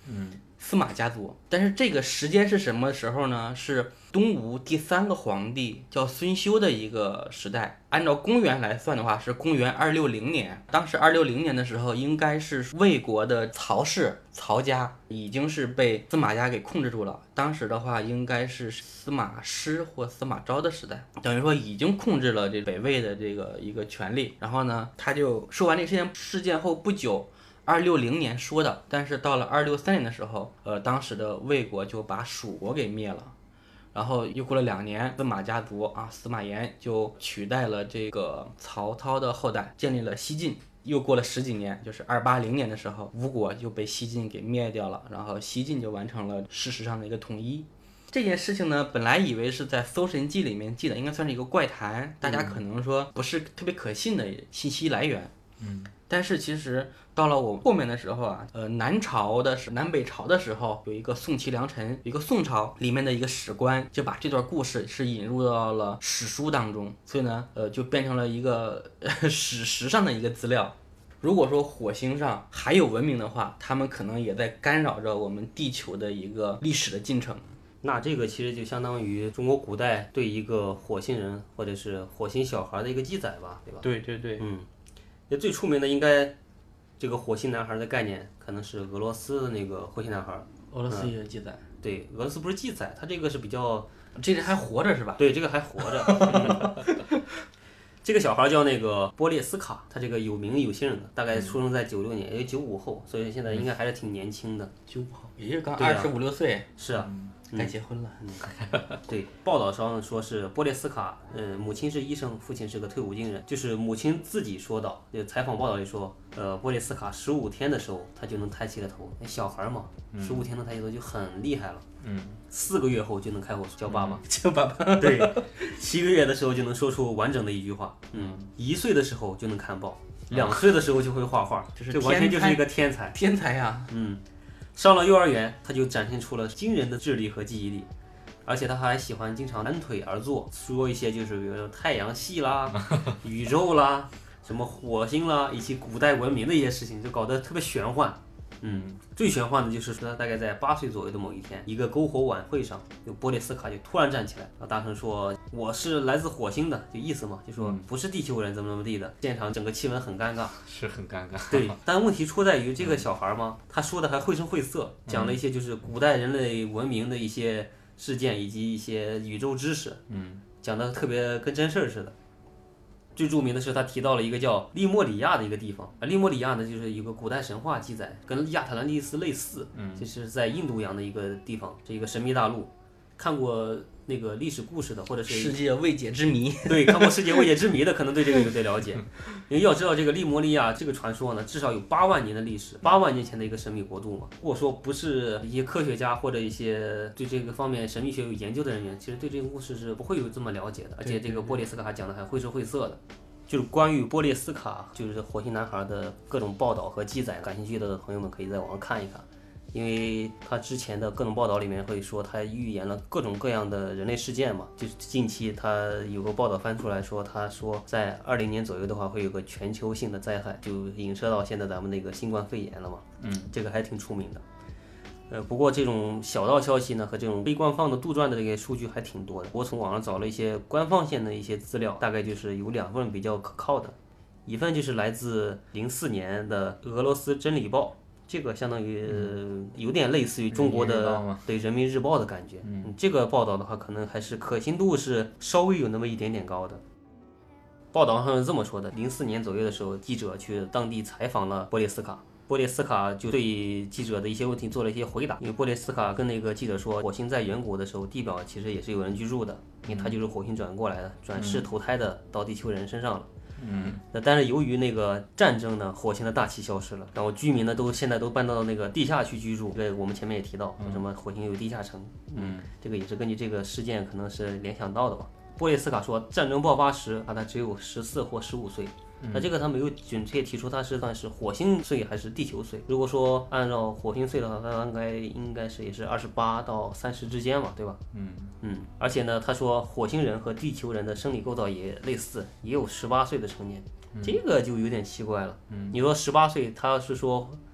司马家族。但是这个时间是什么时候呢？是东吴第3个皇帝叫孙休的一个时代。按照公元来算的话，是公元260年。当时260年的时候，应该是魏国的曹氏曹家已经是被司马家给控制住了。当时的话，应该是司马师或司马昭的时代，等于说已经控制了这北魏的这个一个权力。然后呢，他就说完这个事件后不久。260年说的，但是到了263年的时候，当时的魏国就把蜀国给灭了，然后又过了2年，司马家族司马炎就取代了这个曹操的后代，建立了西晋。又过了10几年，就是280年的时候，吴国就被西晋给灭掉了，然后西晋就完成了事实上的一个统一。这件事情呢，本来以为是在《搜神记》里面记的，应该算是一个怪谈，大家可能说不是特别可信的信息来源。但是其实到了我后面的时候南北朝的时候，有一个宋齐梁陈，有一个宋朝里面的一个史官就把这段故事是引入到了史书当中，所以呢，就变成了一个史实上的一个资料。如果说火星上还有文明的话，他们可能也在干扰着我们地球的一个历史的进程。 那这个其实就相当于中国古代对一个火星人或者是火星小孩的一个记载吧，对吧？ 对对对， 也最出名的应该这个火星男孩的概念，可能是俄罗斯的那个火星男孩。 俄罗斯也有记载。 对，俄罗斯不是记载，他这个是比较， 这人还活着是吧？ 对，这个还活着。这个小孩叫那个波列斯卡，他这个有名有姓的，大概出生在96年，也就95后，所以现在应该还是挺年轻的。 95后，也就是刚25、6岁。 是啊。 该结婚了。 对，报道上说是波列斯卡，母亲是医生，父亲是个退伍军人。就是母亲自己说到，就采访报道里说，波列斯卡15天的时候，他就能抬起了头。小孩嘛，15天能抬起头就很厉害了。4个月后就能开口叫爸爸， 叫爸爸。 对，7个月的时候就能说出完整的一句话。1岁的时候就能看报，2岁的时候就会画画，这完全就是一个天才。 天才呀！ 上了幼儿园，他就展现出了惊人的智力和记忆力，而且他还喜欢经常盘腿而坐，说一些就是比如说太阳系啦、宇宙啦、什么火星啦，以及古代文明的一些事情，就搞得特别玄幻。最玄幻的就是说，他大概在8岁左右的某一天，一个篝火晚会上，有波列斯卡就突然站起来，然后大声说：“我是来自火星的。”就意思嘛，就说不是地球人，怎么地的。现场整个气氛很尴尬， 是很尴尬。 对，但问题出在于这个小孩嘛，他说的还绘声绘色，讲了一些就是古代人类文明的一些事件以及一些宇宙知识，讲的特别跟真事儿似的。最著名的是他提到了一个叫利莫里亚的一个地方，利莫里亚呢就是一个古代神话记载，跟亚特兰蒂斯类似，就是在印度洋的一个地方，是一个神秘大陆。看过那个历史故事的，或者是世界未解之谜， 对，看过世界未解之谜的，可能对这个有点了解。因为要知道，这个利摩利亚这个传说呢，至少有8万年的历史，8万年前的一个神秘国度嘛。如果说不是一些科学家或者一些对这个方面神秘学有研究的人员，其实对这个故事是不会有这么了解的。而且这个波列斯卡讲的还绘声绘色的。就是关于波列斯卡，就是火星男孩的各种报道和记载，感兴趣的朋友们可以在网上看一看。因为他之前的各种报道里面会说他预言了各种各样的人类事件嘛，就是近期他有个报道翻出来说，他说在20年左右的话会有个全球性的灾害，就影射到现在咱们那个新冠肺炎了嘛，这个还挺出名的。不过这种小道消息呢和这种非官方的杜撰的这个数据还挺多的，我从网上找了一些官方线的一些资料，大概就是有2份比较可靠的，一份就是来自04年的俄罗斯真理报。这个相当于有点类似于中国的对人民日报的感觉，这个报道的话可能还是可信度是稍微有那么一点点高的。报道上是这么说的：04年左右的时候，记者去当地采访了波列斯卡，波列斯卡就对记者的一些问题做了一些回答。因为波列斯卡跟那个记者说，火星在远古的时候地表其实也是有人居住的，因为他就是火星转过来的，转世投胎的到地球人身上了。但是由于那个战争呢，火星的大气消失了，然后居民呢现在都搬到那个地下去居住。这个我们前面也提到，什么火星有地下城，这个也是根据这个事件可能是联想到的吧。波列斯卡说，战争爆发时他只有14或15岁。那这个他没有准确提出他是算是火星岁还是地球岁。如果说按照火星岁的话，他应该是也是28到30之间嘛，对吧？而且呢，他说火星人和地球人的生理构造也类似，也有18岁的成年，这个就有点奇怪了。你说18岁，他是说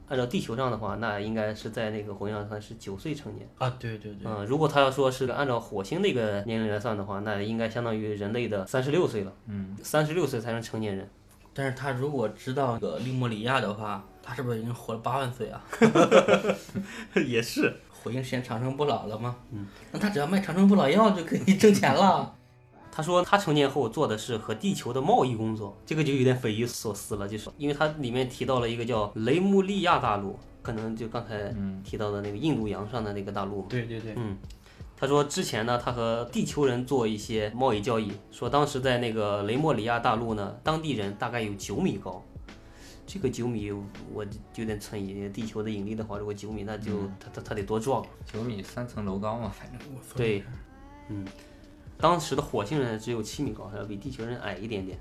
按照地球上的话，那应该是在那个火星上算是9岁成年啊，对对对， 如果他要说是按照火星那个年龄来算的话，那应该相当于人类的36岁了，36岁才能成年人。 但是他如果知道这个利莫里亚的话，他是不是已经活了8万岁啊？ 也是， 火星实现长生不老了吗？那他只要卖长生不老药就可以挣钱了。 他说他成年后做的是和地球的贸易工作，这个就有点匪夷所思了，就是因为他里面提到了一个叫雷穆利亚大陆，可能就刚才提到的那个印度洋上的那个大陆嘛。 对对对， 他说之前呢，他和地球人做一些贸易交易，说当时在那个雷莫里亚大陆呢，当地人大概有9米高。这个9米我就有点存疑，地球的引力的话，如果9米，那就他得多壮 ？9米3层楼高嘛，反正。 对，当时的火星人只有7米高，还要比地球人矮一点点。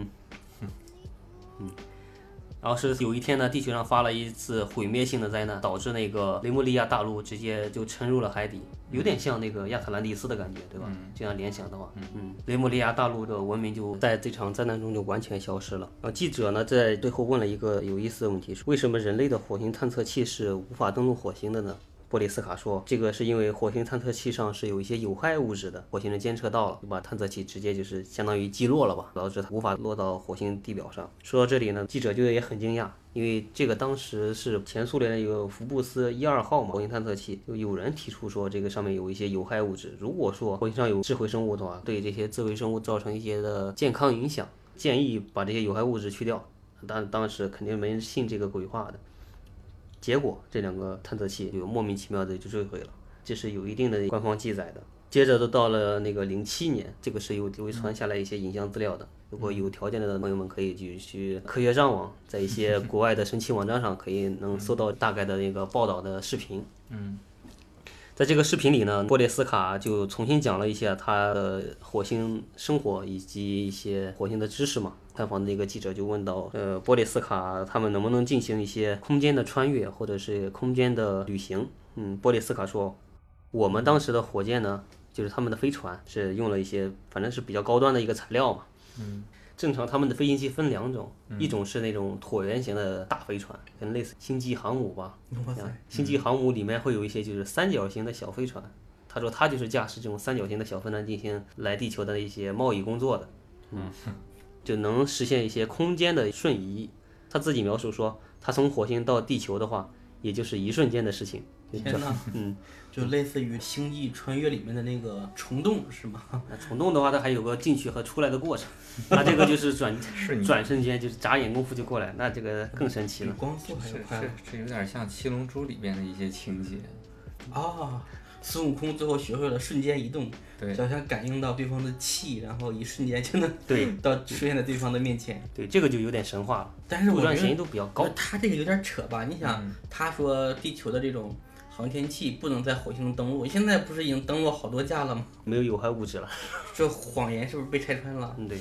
然后是有一天呢，地球上发了一次毁灭性的灾难，导致那个雷穆利亚大陆直接就沉入了海底，有点像那个亚特兰蒂斯的感觉，对吧？这样联想的话，雷穆利亚大陆的文明就在这场灾难中就完全消失了。然后记者呢在最后问了一个有意思的问题，是为什么人类的火星探测器是无法登陆火星的呢？波列斯卡说，这个是因为火星探测器上是有一些有害物质的，火星人监测到了，就把探测器直接就是相当于击落了吧，导致它无法落到火星地表上。说到这里呢，记者就也很惊讶，因为这个当时是前苏联的一个福布斯12号嘛火星探测器，就有人提出说这个上面有一些有害物质，如果说火星上有智慧生物的话，对这些智慧生物造成一些的健康影响，建议把这些有害物质去掉。当时肯定没人信这个鬼话的。结果这2个探测器就莫名其妙的就坠毁了，这是有一定的官方记载的。接着都到了那个07年，这个是有流传下来一些影像资料的。如果有条件的朋友们可以去科学上网，在一些国外的神奇网站上可以能搜到大概的那个报道的视频。在这个视频里呢，波列斯卡就重新讲了一下他的火星生活以及一些火星的知识嘛。采访的一个记者就问到，波列斯卡他们能不能进行一些空间的穿越或者是空间的旅行？波列斯卡说，我们当时的火箭呢，就是他们的飞船是用了一些反正是比较高端的一个材料嘛。正常他们的飞行器分2种，一种是那种椭圆形的大飞船，可能类似星际航母吧。星际航母里面会有一些就是三角形的小飞船，他说他就是驾驶这种三角形的小飞船进行来地球的一些贸易工作的。就能实现一些空间的瞬移。他自己描述说，他从火星到地球的话，也就是一瞬间的事情。 天哪，就类似于星际穿越里面的那个虫洞是吗？ 虫洞的话，它还有个进去和出来的过程，它这个就是转瞬间，就是眨眼功夫就过来，那这个更神奇了。 光速还有快， 是有点像《七龙珠》里边的一些情节。 孙悟空最后学会了瞬间移动， 对， 就好像感应到对方的气，然后一瞬间就能出现在对方的面前。 对，这个就有点神话了。 但是我觉得嫌疑度比较高。 他这个有点扯吧？你想，他说地球的这种航天器不能在火星登陆，现在不是已经登陆好多架了吗？ 没有有害物质了。 这谎言是不是被拆穿了？ 对。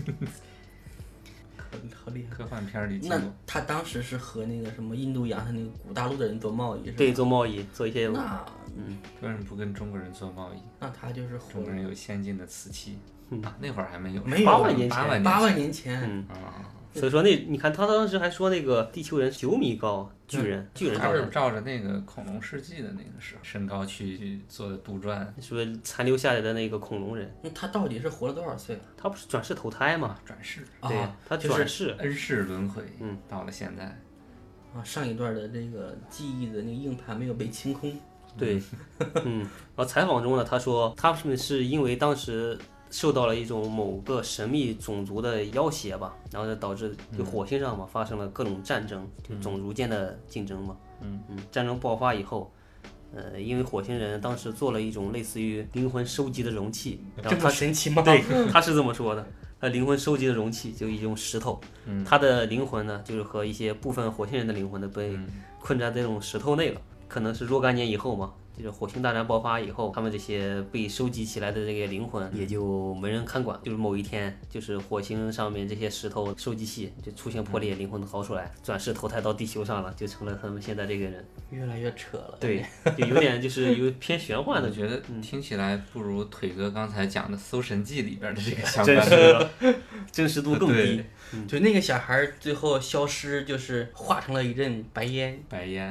好厉害！ 科幻片里。 那他当时是和那个什么印度洋他那个古大陆的人做贸易，是吧？ 对，做贸易，做一些。 为什么不跟中国人做贸易？ 那他就是中国人有先进的瓷器那会儿还没有 ，8 万年前。 所以说你看他当时还说那个地球人9米高，巨人他是照着那个恐龙世纪的那个时候身高去做的杜撰， 说残留下来的那个恐龙人。 他到底是活了多少岁？ 他不是转世投胎吗？ 转世， 对，他转世， 恩世轮回，到了现在。 上一段的这个记忆的那个硬盘没有被清空。 对，然后采访中呢，他说他们是因为当时受到了一种某个神秘种族的要挟吧，然后就导致就火星上嘛发生了各种战争，就种族间的竞争嘛。战争爆发以后，因为火星人当时做了一种类似于灵魂收集的容器，然后这么神奇吗？ 对，他是这么说的。灵魂收集的容器就一种石头，他的灵魂呢，就是和一些部分火星人的灵魂呢被困在这种石头内了。可能是若干年以后嘛， 就是火星大战爆发以后，他们这些被收集起来的这个灵魂也就没人看管。就是某一天，就是火星上面这些石头收集器就出现破裂，灵魂逃出来，转世投胎到地球上了，就成了他们现在这个人。 越来越扯了。 对，就有点就是有偏玄幻的。 我觉得听起来不如腿哥刚才讲的《搜神记》里边的这个相真关实真实度更低。 就那个小孩最后消失，就是化成了一阵白烟。 白烟。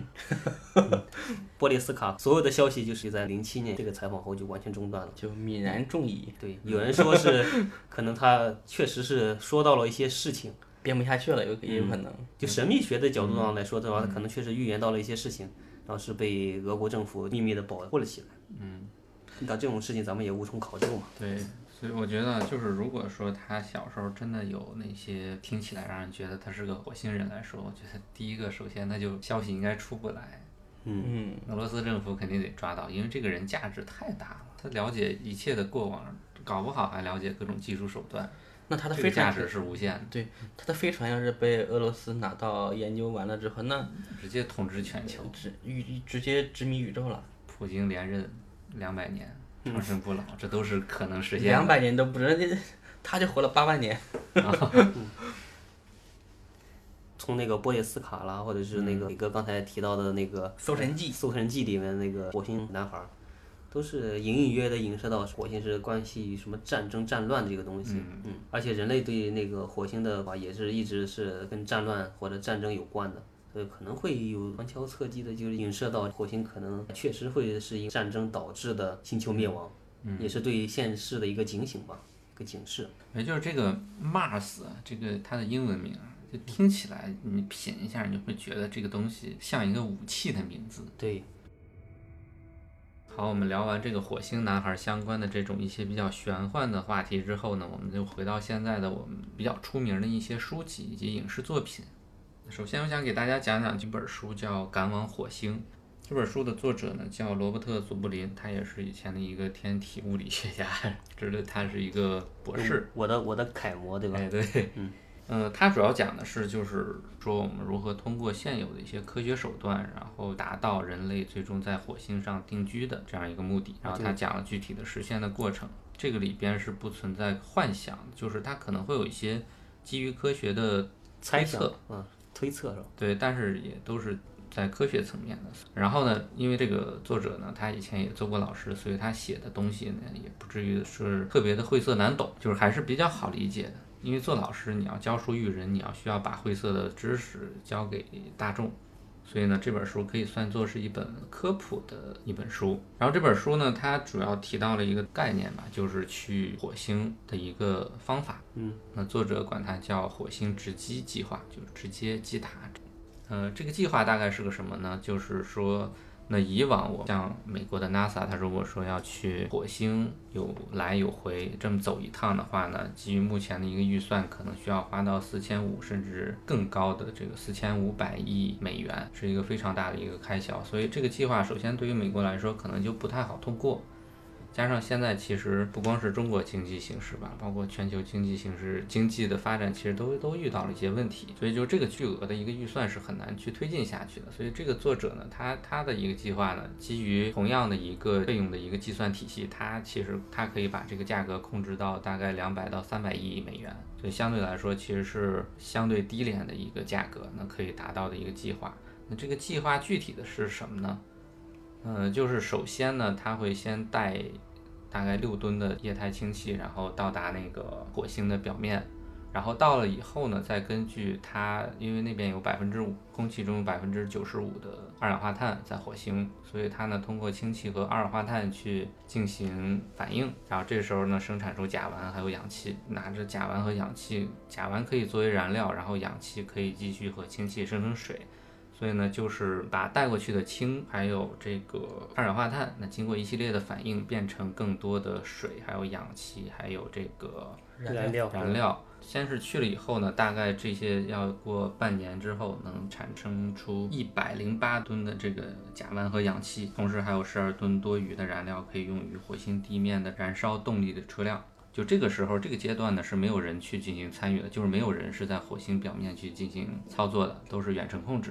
波列斯卡所有的消息就是在07年这个采访后就完全中断了， 就泯然众矣。 对，有人说是可能他确实是说到了一些事情， 编不下去了，也有可能。 就神秘学的角度上来说的话，他可能确实预言到了一些事情，然后是被俄国政府秘密的保护了起来。遇到这种事情咱们也无从考究嘛。 对，所以我觉得就是如果说他小时候真的有那些听起来让人觉得他是个火星人来说，我觉得第一个首先那就消息应该出不来。俄罗斯政府肯定得抓到，因为这个人价值太大了，他了解一切的过往，搞不好还了解各种技术手段。 那他的飞船价值是无限的。 对，他的飞船要是被俄罗斯拿到研究完了之后，那直接统治全球， 直接殖民宇宙了。 普京连任200年，长生不老，这都是可能实现的。 200年都不是，他就活了8万年。 从那个波列斯卡啦，或者是那个李哥刚才提到的那个《 搜神记》 里面那个火星男孩，都是隐隐约约的影射到火星是关系什么战争战乱的这个东西。而且人类对那个火星的话也是一直是跟战乱或者战争有关的，所以可能会有旁敲侧击的，就是影射到火星可能确实会是因战争导致的星球灭亡，也是对现世的一个警醒吧，一个警示。 也就是这个 Mars 这个它的英文名，就听起来你品一下，你就会觉得这个东西像一个武器的名字。 对。 好，我们聊完这个火星男孩相关的这种一些比较玄幻的话题之后呢，我们就回到现在的我们比较出名的一些书籍以及影视作品。首先我想给大家讲讲这本书叫《赶往火星》。这本书的作者呢叫罗伯特·祖布林，他也是以前的一个天体物理学家，知道他是一个博士。 我的楷模，对吧？ 哎，对。他主要讲的是，就是说我们如何通过现有的一些科学手段，然后达到人类最终在火星上定居的这样一个目的。然后他讲了具体的实现的过程，这个里边是不存在幻想，就是他可能会有一些基于科学的猜测， 推测是吧？ 对，但是也都是在科学层面的。然后呢，因为这个作者呢，他以前也做过老师，所以他写的东西呢，也不至于是特别的晦涩难懂，就是还是比较好理解的。因为做老师，你要教书育人，你要需要把晦涩的知识教给大众，所以呢，这本书可以算作是一本科普的一本书。然后这本书呢，它主要提到了一个概念吧，就是去火星的一个方法。那作者管它叫火星直击计划，就是直接击塔。这个计划大概是个什么呢？就是说，那以往我像美国的 NASA， 它如果说要去火星有来有回这么走一趟的话呢，基于目前的一个预算，可能需要花到4500甚至更高的这个4500亿美元，是一个非常大的一个开销。所以这个计划首先对于美国来说可能就不太好通过。加上现在其实不光是中国经济形势吧，包括全球经济形势、经济的发展，其实都遇到了一些问题，所以就这个巨额的一个预算是很难去推进下去的。所以这个作者呢，他的一个计划呢，基于同样的一个费用的一个计算体系，其实他可以把这个价格控制到大概200到300亿美元，所以相对来说其实是相对低廉的一个价格，那可以达到的一个计划。那这个计划具体的是什么呢？就是首先呢，他会先带大概6吨的液态氢气，然后到达那个火星的表面，然后到了以后呢，再根据它，因为那边有5%，空气中有95%的二氧化碳在火星，所以它呢通过氢气和二氧化碳去进行反应，然后这时候呢生产出甲烷还有氧气，拿着甲烷和氧气，甲烷可以作为燃料，然后氧气可以继续和氢气生成水。所以呢，就是把带过去的氢还有这个二氧化碳，那经过一系列的反应，变成更多的水，还有氧气，还有这个燃料。先是去了以后呢，大概这些要过半年之后，能产生出108吨的这个甲烷和氧气，同时还有12吨多余的燃料可以用于火星地面的燃烧动力的车辆。就这个时候，这个阶段呢是没有人去进行参与的，就是没有人是在火星表面去进行操作的，都是远程控制。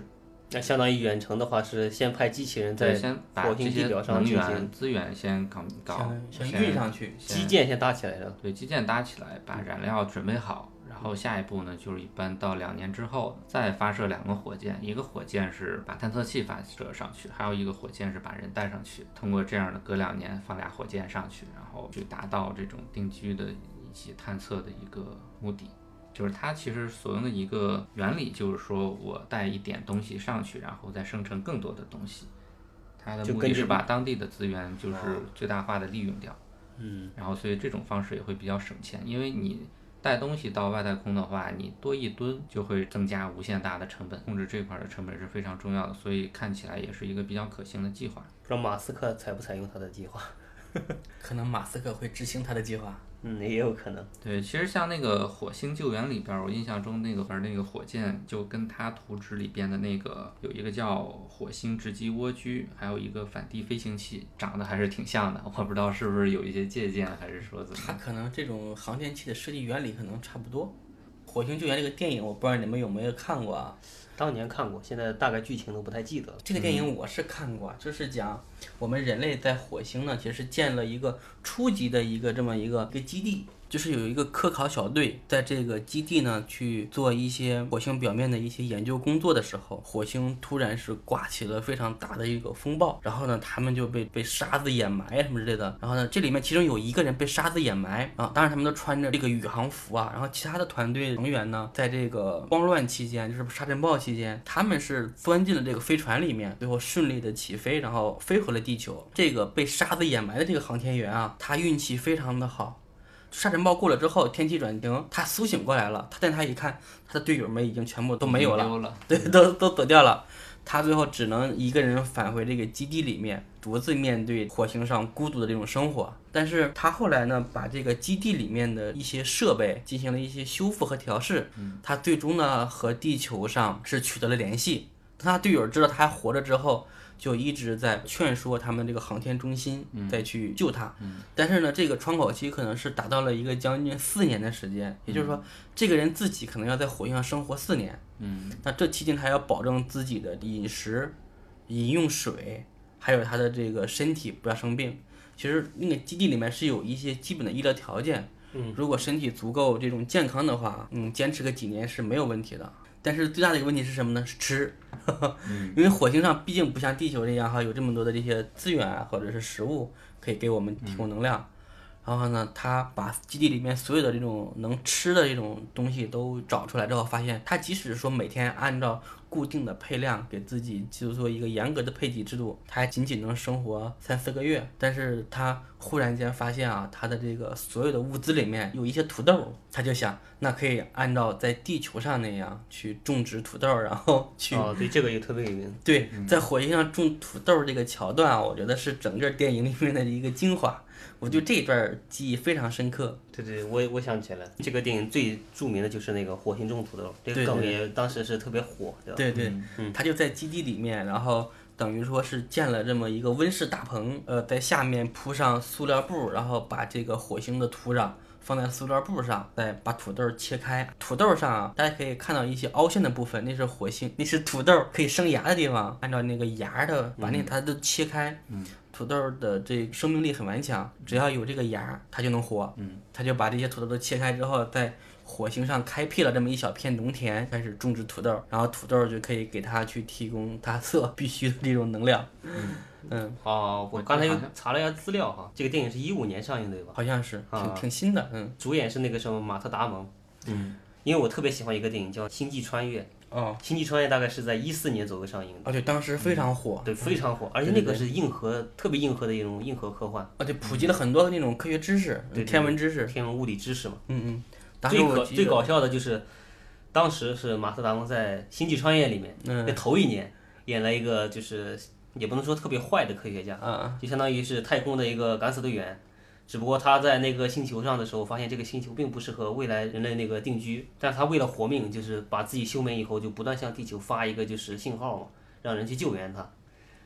那相当于远程的话是先派机器人在对，先把火星这些地表上能进行源资源先搞， 先运上去， 基建先搭起来了。 对，基建搭起来，把燃料准备好，然后下一步呢，就是一般到2年之后再发射2个火箭，一个火箭是把探测器发射上去，还有一个火箭是把人带上去。通过这样的隔2年放俩火箭上去，然后去达到这种定居的以及探测的一个目的。就是它其实所用的一个原理，就是说我带一点东西上去，然后再生成更多的东西。它的目的是把当地的资源就是最大化的利用掉。然后所以这种方式也会比较省钱，因为你带东西到外太空的话，你多1吨就会增加无限大的成本，控制这块的成本是非常重要的，所以看起来也是一个比较可行的计划。 不知道马斯克采不采用他的计划？ 可能马斯克会执行他的计划。 也有可能。 对，其实像那个火星救援里边，我印象中那个火箭就跟它图纸里边的那个有一个叫火星直击蜗居，还有一个反地飞行器，长得还是挺像的。我不知道是不是有一些借鉴，还是说怎么样。 它可能这种航天器的设计原理可能差不多。火星救援这个电影，我不知道你们有没有看过啊？ 当年看过，现在大概剧情都不太记得了。 这个电影我是看过，就是讲我们人类在火星呢，其实建了一个初级的一个这么一个基地。就是有一个科考小队在这个基地呢去做一些火星表面的一些研究工作的时候，火星突然是刮起了非常大的一个风暴，然后呢他们就被沙子掩埋什么之类的。然后呢这里面其中有1个人被沙子掩埋啊，当然他们都穿着这个宇航服啊。然后其他的团队成员呢，在这个慌乱期间，就是沙尘暴期间，他们是钻进了这个飞船里面，最后顺利的起飞，然后飞回了地球。这个被沙子掩埋的这个航天员啊，他运气非常的好。沙尘暴过了之后，天气转晴，他苏醒过来了。但他一看，他的队友们已经全部都没有了，对，都走掉了。他最后只能1个人返回这个基地里面，独自面对火星上孤独的这种生活。但是他后来呢，把这个基地里面的一些设备进行了一些修复和调试。他最终呢和地球上是取得了联系。当他队友知道他还活着之后，就一直在劝说他们这个航天中心再去救他。但是呢这个窗口期可能是达到了一个将近4年的时间，也就是说这个人自己可能要在火星上生活4年。那这期间他要保证自己的饮食、饮用水，还有他的这个身体不要生病。其实那个基地里面是有一些基本的医疗条件，如果身体足够这种健康的话，坚持个几年是没有问题的。但是最大的一个问题是什么呢？是吃，因为火星上毕竟不像地球这样有这么多的这些资源啊，或者是食物可以给我们提供能量。然后呢，他把基地里面所有的这种能吃的这种东西都找出来之后，发现他即使说每天按照固定的配量给自己就做一个严格的配给制度，他还仅仅能生活3-4个月。但是他忽然间发现啊，他的这个所有的物资里面有一些土豆，他就想那可以按照在地球上那样去种植土豆，然后去对这个也特别有名。 对，在火星上种土豆这个桥段啊，我觉得是整个电影里面的一个精华。我就这一段记忆非常深刻。 对，我想起来了，这个电影最著名的就是那个火星种土豆，这个梗也当时是特别火，对吧？ 对，他就在基地里面，然后等于说是建了这么一个温室大棚，在下面铺上塑料布，然后把这个火星的土壤放在塑料布上，再把土豆切开。土豆上大家可以看到一些凹陷的部分，那是火星，那是土豆可以生芽的地方。按照那个芽的把它都切开。土豆的这生命力很顽强，只要有这个芽，它就能活。他就把这些土豆都切开之后，在火星上开辟了这么一小片农田，开始种植土豆，然后土豆就可以给它去提供它所必须的这种能量。 我刚才又查了一下资料哈，这个电影是15年上映的对吧？ 好像是，挺新的。 主演是那个什么马特·达蒙。因为我特别喜欢一个电影叫《星际穿越》。星际穿越大概是在14年左右上映的。 对，当时非常火。 对，非常火，而且那个是特别硬核的一种硬核科幻。 对，普及了很多那种科学知识、天文知识、 天文物理知识嘛。 最搞笑的就是，当时是马特·达蒙在《星际穿越》里面，在头1年演了一个就是也不能说特别坏的科学家，就相当于是太空的一个敢死队员。只不过他在那个星球上的时候，发现这个星球并不适合未来人类那个定居，但是他为了活命，就是把自己休眠以后，就不断向地球发一个就是信号嘛，让人去救援他。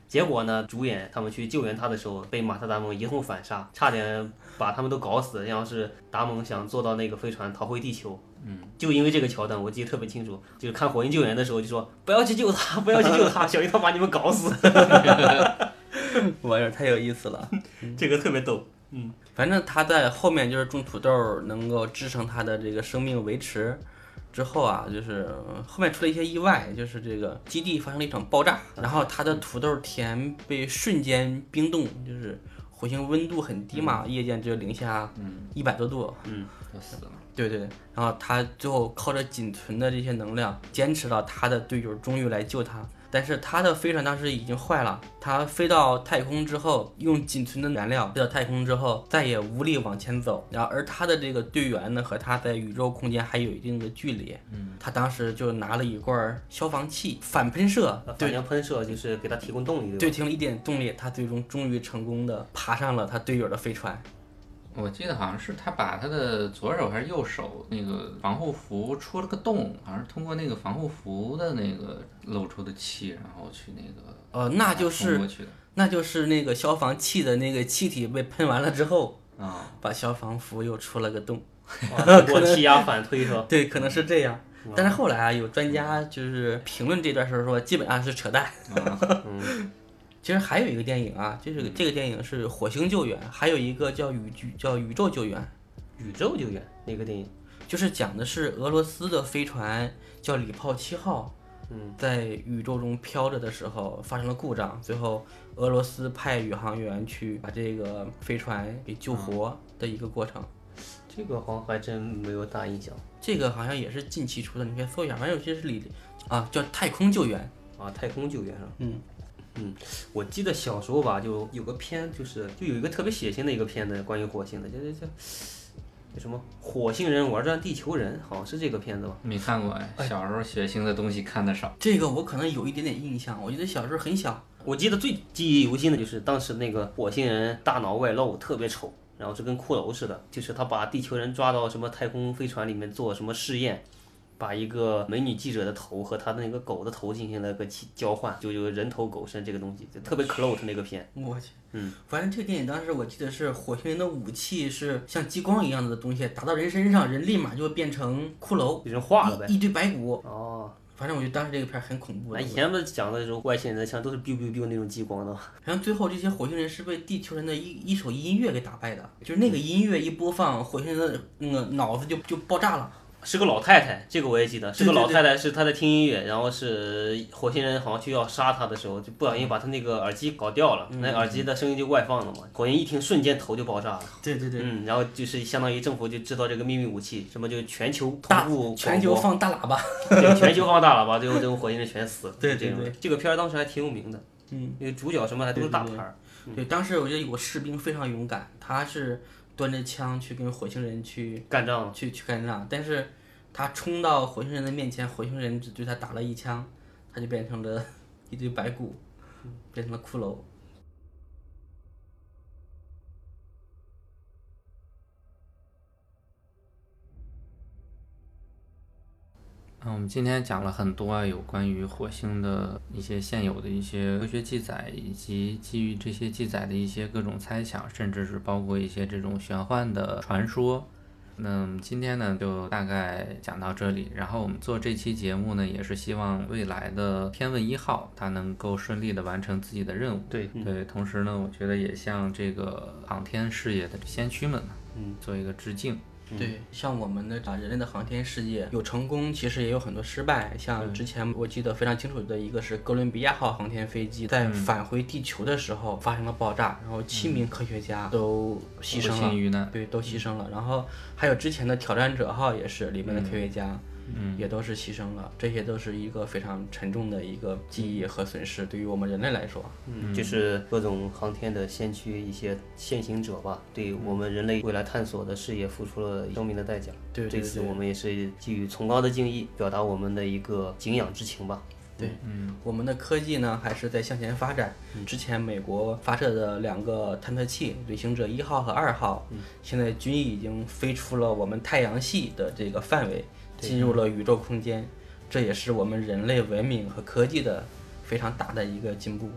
结果呢，主演他们去救援他的时候，被马特·达蒙一通反杀，差点把他们都搞死。然后是达蒙想坐到那个飞船逃回地球，就因为这个桥段，我记得特别清楚，就是看《火星救援》的时候就说不要去救他，不要去救他，小心他把你们搞死。 玩意儿太有意思了， 这个特别逗。 反正他在后面就是种土豆能够支撑他的这个生命维持。之后啊，就是后面出了一些意外，就是这个基地发生了一场爆炸，然后它的土豆田被瞬间冰冻，就是火星温度很低嘛，夜间只有零下100多度， 都死了。 对对，然后他最后靠着仅存的这些能量，坚持到他的队友终于来救他。但是他的飞船当时已经坏了，他飞到太空之后，用仅存的燃料飞到太空之后，再也无力往前走。然后而他的这个队员呢，和他在宇宙空间还有一定的距离。他当时就拿了一罐消防器，反喷射， 反向喷射就是给他提供动力， 对，提供一点动力，他最终终于成功的爬上了他队友的飞船。 我记得好像是他把他的左手还是右手那个防护服戳了个洞，好像是通过那个防护服的那个露出的气，然后去那个那就是那个消防器的那个气体被喷完了之后把消防服又戳了个洞， 通过气压反推是吧？ 对，可能是这样。但是后来啊，有专家就是评论这段时候说，基本上是扯淡。其实还有一个电影啊，就是这个电影是《火星救援》，还有一个叫宇宙救援。 宇宙救援那个电影就是讲的是俄罗斯的飞船叫礼炮7号，在宇宙中飘着的时候发生了故障，最后俄罗斯派宇航员去把这个飞船给救活的一个过程。 这个好像还真没有大印象。 这个好像也是近期出的，你可以搜一下，反正有些是叫太空救援啊，太空救援是吧？我记得小时候吧，就有个片，就有一个特别血腥的一个片子，关于火星的，叫什么火星人玩转地球人，好像是这个片子吧？ 没看过哎，小时候血腥的东西看得少。 这个我可能有一点点印象，我记得小时候很小。 我记得最记忆犹新的就是当时那个火星人大脑外露，特别丑，然后是跟骷髅似的，就是他把地球人抓到什么太空飞船里面做什么试验。把一个美女记者的头和他的那个狗的头进行了个交换，就有人头狗身这个东西，就特别 close 那个片。 我去，反正这个电影当时我记得是火星人的武器是像激光一样的东西，打到人身上，人立马就会变成骷髅， 人化了呗， 一堆白骨。 哦， 反正我觉得当时这个片很恐怖的。 以前不是讲的时候，外星人的枪都是 biu biu biu 那种激光的。 然后最后这些火星人是被地球人的一首音乐给打败的，就是那个音乐一播放，火星人的那个脑子就爆炸了。 是个老太太，这个我也记得，是个老太太，是她在听音乐，然后是火星人好像就要杀她的时候，就不小心把她那个耳机搞掉了，那耳机的声音就外放了嘛，火星一听瞬间头就爆炸了。 对对对， 然后就是相当于政府就制造这个秘密武器，什么就全球同步全球放大喇叭， 对，全球放大喇叭，最后这种火星人全死。 对对对， 这个片儿当时还挺有名的，那个主角什么还都是大牌。 对，当时我觉得有个士兵非常勇敢，他是端着枪去跟火星人去干仗， 去干仗，但是他冲到火星人的面前，火星人只对他打了一枪，他就变成了一堆白骨，变成了骷髅。 我们今天讲了很多有关于火星的一些现有的一些科学记载，以及基于这些记载的一些各种猜想，甚至是包括一些这种玄幻的传说。那今天呢就大概讲到这里，然后我们做这期节目呢也是希望未来的天问1号它能够顺利的完成自己的任务。 对， 同时呢我觉得也向这个航天事业的先驱们做一个致敬。 对，像我们的人类的航天事业有成功，其实也有很多失败。像之前我记得非常清楚的一个是哥伦比亚号航天飞机在返回地球的时候发生了爆炸，然后7名科学家都牺牲了， 不幸遇难。 对，都牺牲了。然后还有之前的挑战者号也是，里面的科学家也都是牺牲了，这些都是一个非常沉重的一个记忆和损失，对于我们人类来说， 就是各种航天的先驱一些先行者吧，对我们人类未来探索的事业付出了生命的代价。 对， 这次我们也是基于崇高的敬意，表达我们的一个敬仰之情吧。 对，我们的科技呢还是在向前发展。之前美国发射的2个探测器，旅行者1号和2号，现在均已经飞出了我们太阳系的这个范围，进入了宇宙空间，这也是我们人类文明和科技的非常大的一个进步。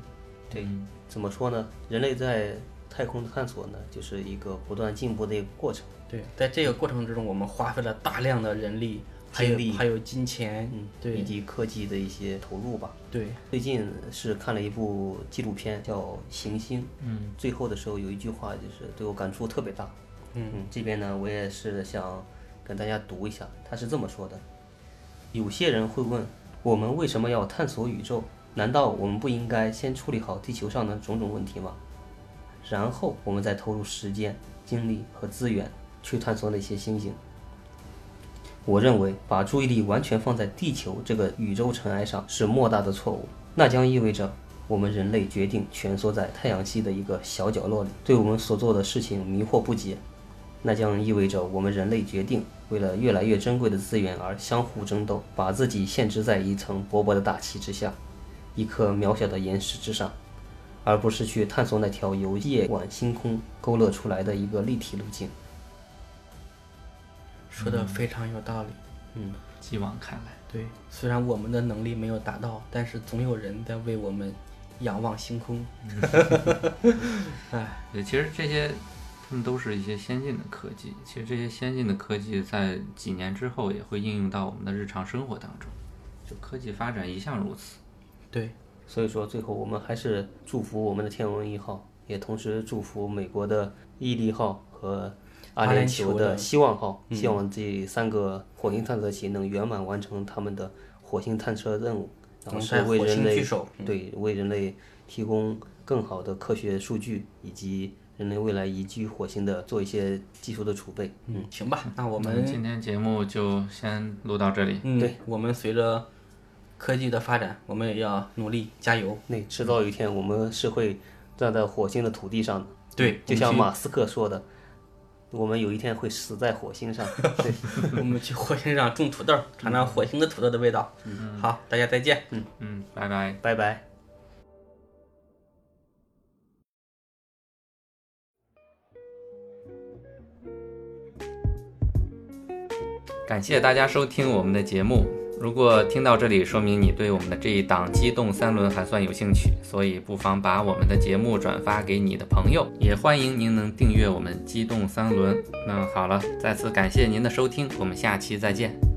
对，怎么说呢？人类在太空的探索呢，就是一个不断进步的一个过程。 对，在这个过程之中，我们花费了大量的人力、 精力还有金钱，对， 以及科技的一些投入吧。 对， 最近是看了一部纪录片，叫《行星》。最后的时候有一句话，就是对我感触特别大。这边呢，我也是想跟大家读一下，他是这么说的：有些人会问，我们为什么要探索宇宙？难道我们不应该先处理好地球上的种种问题吗？然后我们再投入时间、精力和资源去探索那些星星。我认为把注意力完全放在地球这个宇宙尘埃上是莫大的错误，那将意味着我们人类决定蜷缩在太阳系的一个小角落里，对我们所做的事情迷惑不解。那将意味着我们人类决定为了越来越珍贵的资源而相互争斗，把自己限制在一层薄薄的大气之下，一颗渺小的岩石之上，而不是去探索那条由夜晚星空勾勒出来的一个立体路径。 说的非常有道理。 继往看来， 对，虽然我们的能力没有达到，但是总有人在为我们仰望星空。哎， 对，其实这些他们都是一些先进的科技。其实这些先进的科技在几年之后也会应用到我们的日常生活当中。就科技发展一向如此。 对， 所以说最后我们还是祝福我们的天文1号，也同时祝福美国的毅力号和阿联酋的希望号，希望这3个火星探测器能圆满完成他们的火星探测任务，然后是为人类为人类提供更好的科学数据，以及人类未来移居火星的做一些技术的储备。 行吧，那我们今天节目就先录到这里。 对，我们随着科技的发展，我们也要努力加油。 那迟早有一天我们是会站在火星的土地上的。 对， 就像马斯克说的，我们有一天会死在火星上。对， 我们去火星上种土豆，尝尝火星的土豆的味道。好，大家再见。 拜拜， 拜拜。 感谢大家收听我们的节目。如果听到这里，说明你对我们的这一档机动3轮还算有兴趣，所以不妨把我们的节目转发给你的朋友，也欢迎您能订阅我们机动3轮。那好了，再次感谢您的收听，我们下期再见。